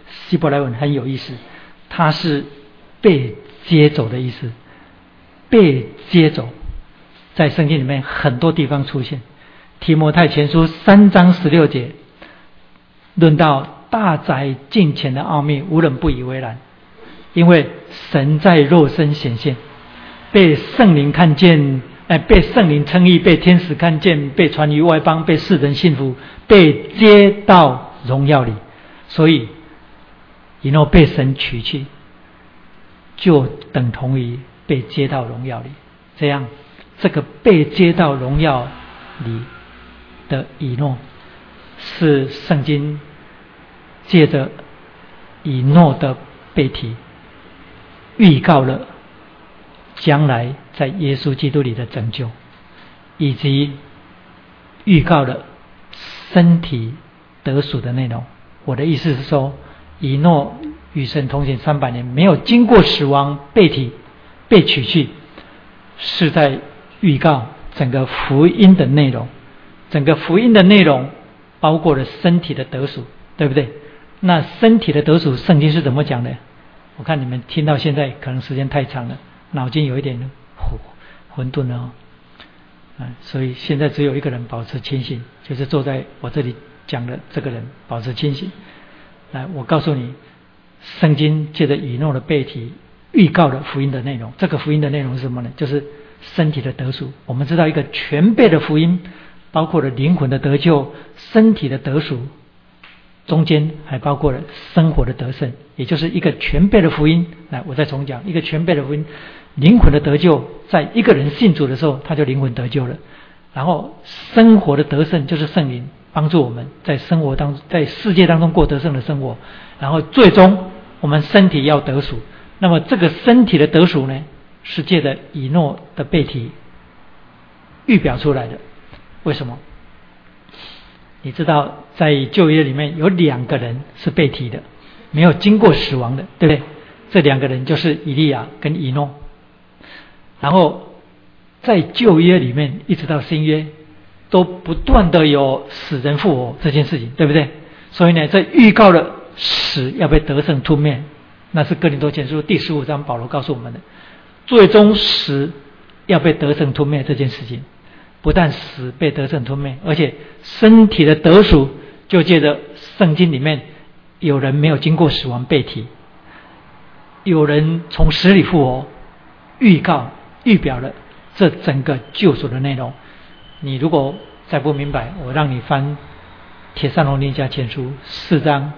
希伯来文很有意思，它是被接走的意思。被接走在圣经里面很多地方出现。提摩太前书3章16节论到大宅敬虔的奥秘，无人不以为然，因为神在肉身显现，被圣灵看见，被圣灵称义，被天使看见，被传于外邦，被世人信服，被接到荣耀里。所以以诺被神取去，就等同于被接到荣耀里。这样这个被接到荣耀里的以诺，是圣经借着以诺的被提预告了将来在耶稣基督里的拯救，以及预告了身体得赎的内容。我的意思是说，以诺与神同行300年，没有经过死亡被提被取去，是在预告整个福音的内容。整个福音的内容包括了身体的得赎，对不对？那身体的得赎圣经是怎么讲的？我看你们听到现在可能时间太长了，脑筋有一点混沌了所以现在只有一个人保持清醒，就是坐在我这里讲的这个人保持清醒。来，我告诉你，圣经借着以诺的被提预告了福音的内容。这个福音的内容是什么呢？就是身体的得赎。我们知道一个全备的福音包括了灵魂的得救、身体的得赎，中间还包括了生活的得胜，也就是一个全备的福音。来，我再重讲，一个全备的福音，灵魂的得救，在一个人信主的时候他就灵魂得救了。然后生活的得胜就是圣灵帮助我们在生活当中，在世界当中过得胜的生活。然后最终我们身体要得赎。那么这个身体的得赎呢，是借着以诺的被提预表出来的。为什么？你知道在旧约里面有2个人是被提的，没有经过死亡的，对不对？这2个人就是以利亚跟以诺。然后在旧约里面一直到新约都不断的有死人复活这件事情，对不对？所以呢，这预告了死要被得胜吞灭。那是哥林多前书第15章保罗告诉我们的，最终死要被得胜吞灭这件事情。不但死被得胜吞灭，而且身体的得赎就借着圣经里面有人没有经过死亡被提，有人从死里复活，预告预表了这整个救赎的内容。你如果再不明白，我让你翻帖撒罗尼迦前书4章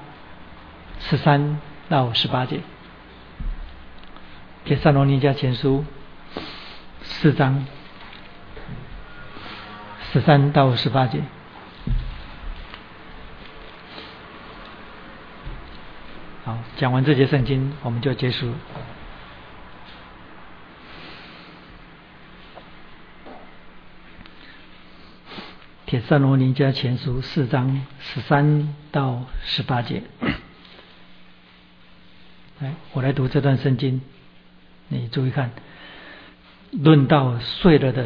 13到18节。帖撒罗尼迦前书4章13到18节。好，讲完这节圣经我们就结束。帖撒罗尼迦前书4章13到18节。来，我来读这段圣经，你注意看。论到睡了的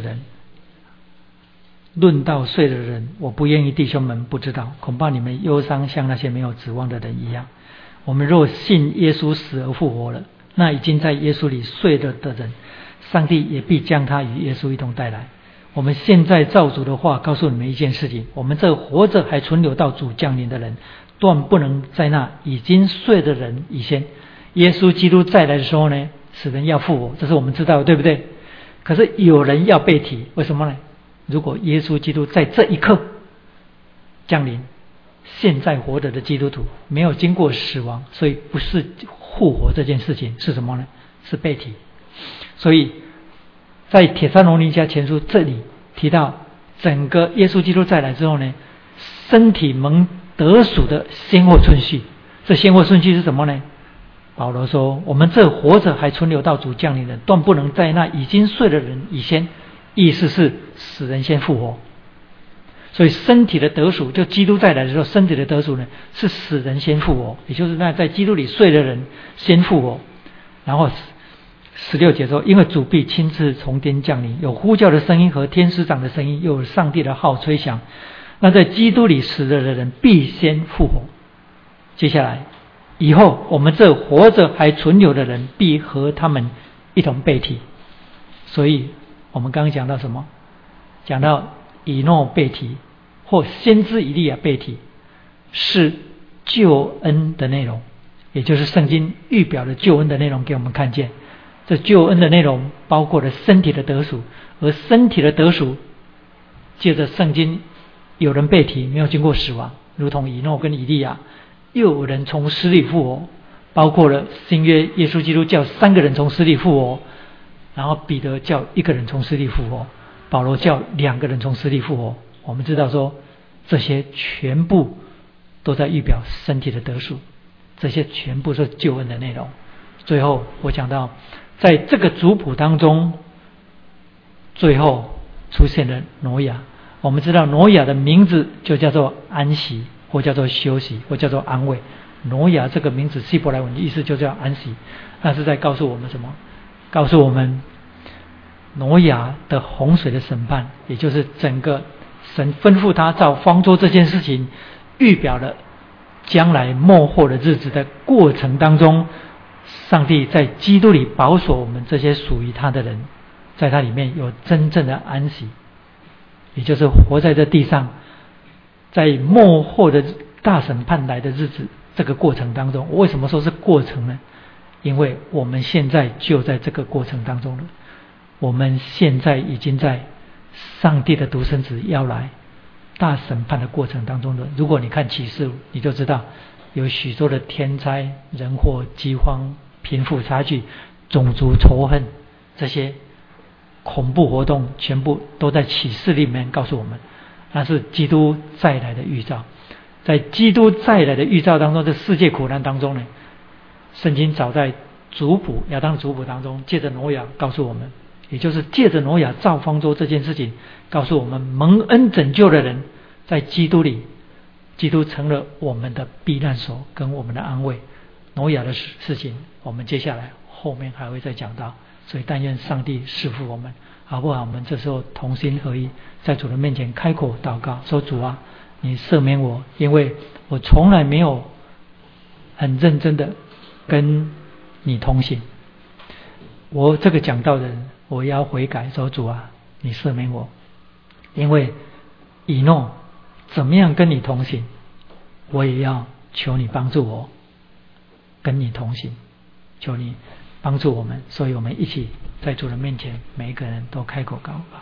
人，我不愿意弟兄们不知道，恐怕你们忧伤像那些没有指望的人一样。我们若信耶稣死而复活了，那已经在耶稣里睡了的人，上帝也必将他与耶稣一同带来。我们现在照主的话告诉你们一件事情，我们这活着还存留到主降临的人，断不能在那已经睡的人以前。耶稣基督再来的时候呢，死人要复活，这是我们知道的，对不对？可是有人要被提，为什么呢？如果耶稣基督在这一刻降临，现在活着的基督徒没有经过死亡，所以不是复活这件事情，是什么呢？是被提。所以在帖撒罗尼迦前书这里提到，整个耶稣基督再来之后呢，身体蒙得赎的先后顺序。这先后顺序是什么呢？保罗说，我们这活着还存留到主降临的人，断不能在那已经睡的人以先。意思是死人先复活。所以身体的得赎，就基督再来的时候，身体的得赎呢，是死人先复活，也就是那在基督里睡的人先复活。然后16节说，因为主必亲自从天降临，有呼叫的声音和天使长的声音，又有上帝的号吹响，那在基督里死了的人必先复活。接下来以后我们这活着还存留的人必和他们一同被提。所以我们刚刚讲到什么？讲到以诺被提或先知以利亚被提，是救恩的内容，也就是圣经预表的救恩的内容给我们看见。这救恩的内容包括了身体的得赎，而身体的得赎借着圣经有人被提没有经过死亡，如同以诺跟以利亚，又有人从死里复活，包括了新约耶稣基督叫3个人从死里复活，然后彼得叫1个人从死里复活，保罗叫2个人从死里复活。我们知道说这些全部都在预表身体的得赎，这些全部是救恩的内容。最后我讲到在这个族谱当中，最后出现了挪亚。我们知道挪亚的名字就叫做安息，或叫做休息，或叫做安慰。挪亚这个名字希伯来文的意思就叫安息，那是在告诉我们什么？告诉我们挪亚的洪水的审判，也就是整个神吩咐他造方舟这件事情，预表了将来末后的日子的过程当中，上帝在基督里保守我们这些属于他的人，在他里面有真正的安息，也就是活在这地上，在末后的大审判来的日子这个过程当中。为什么说是过程呢？因为我们现在就在这个过程当中了，我们现在已经在上帝的独生子要来大审判的过程当中了。如果你看启示录，你就知道有许多的天灾、人祸、饥荒、贫富差距、种族仇恨，这些恐怖活动全部都在启示里面告诉我们，那是基督再来的预兆。在基督再来的预兆当中，这世界苦难当中呢，圣经早在族谱亚当的族谱当中，借着挪亚告诉我们，也就是借着挪亚造方舟这件事情，告诉我们蒙恩拯救的人在基督里，基督成了我们的避难所跟我们的安慰。挪亚的事情我们接下来后面还会再讲到，所以但愿上帝赐福我们，好不好？我们这时候同心合一，在主的面前开口祷告，说主啊，你赦免我，因为我从来没有很认真的跟你同行。我这个讲道的人，我要悔改，说主啊，你赦免我，因为以诺怎么样跟你同行，我也要求你帮助我跟你同行，求你帮助我们。所以我们一起在主的面前，每一个人都开口告吧。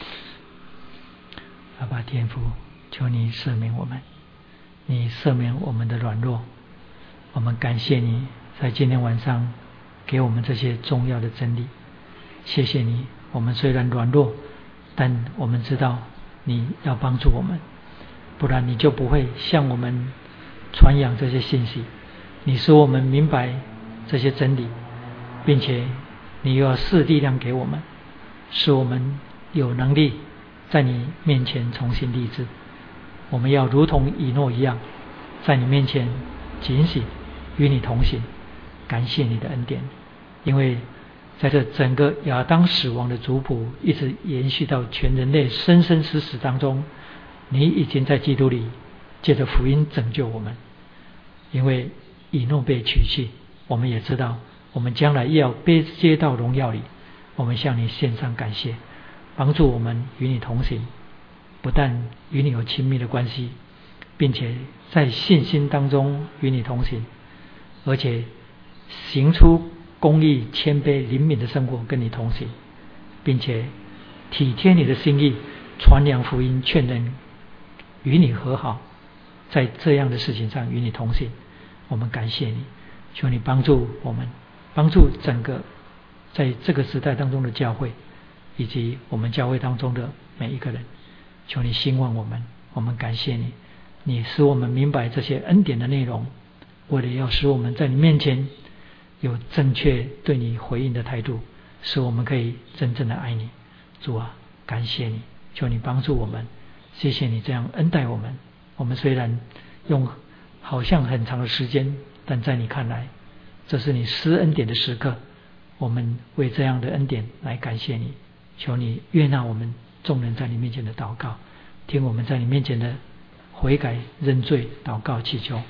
阿爸天父，求你赦免我们，你赦免我们的软弱。我们感谢你在今天晚上给我们这些重要的真理，谢谢你。我们虽然软弱，但我们知道你要帮助我们，不然你就不会向我们传扬这些信息。你使我们明白这些真理，并且你又要赐力量给我们，使我们有能力在你面前重新立志。我们要如同以诺一样，在你面前警醒，与你同行。感谢你的恩典，因为在这整个亚当死亡的族谱一直延续到全人类生生死死当中，你已经在基督里借着福音拯救我们。因为以诺被取去，我们也知道我们将来也要被接到荣耀里。我们向你献上感谢，帮助我们与你同行，不但与你有亲密的关系，并且在信心当中与你同行，而且行出公义、谦卑、灵敏的生活跟你同行，并且体贴你的心意，传扬福音，劝人与你和好，在这样的事情上与你同行。我们感谢你，求你帮助我们，帮助整个在这个时代当中的教会，以及我们教会当中的每一个人。求你兴旺我们，我们感谢你，你使我们明白这些恩典的内容，为了要使我们在你面前有正确对你回应的态度，使我们可以真正的爱你。主啊，感谢你，求你帮助我们，谢谢你这样恩待我们。我们虽然用好像很长的时间，但在你看来，这是你施恩典的时刻。我们为这样的恩典来感谢你，求你悦纳我们众人在你面前的祷告，听我们在你面前的悔改认罪祷告祈求，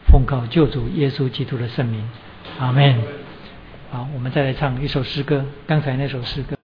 奉靠救主耶稣基督的圣名，阿们。好，我们再来唱一首诗歌，刚才那首诗歌。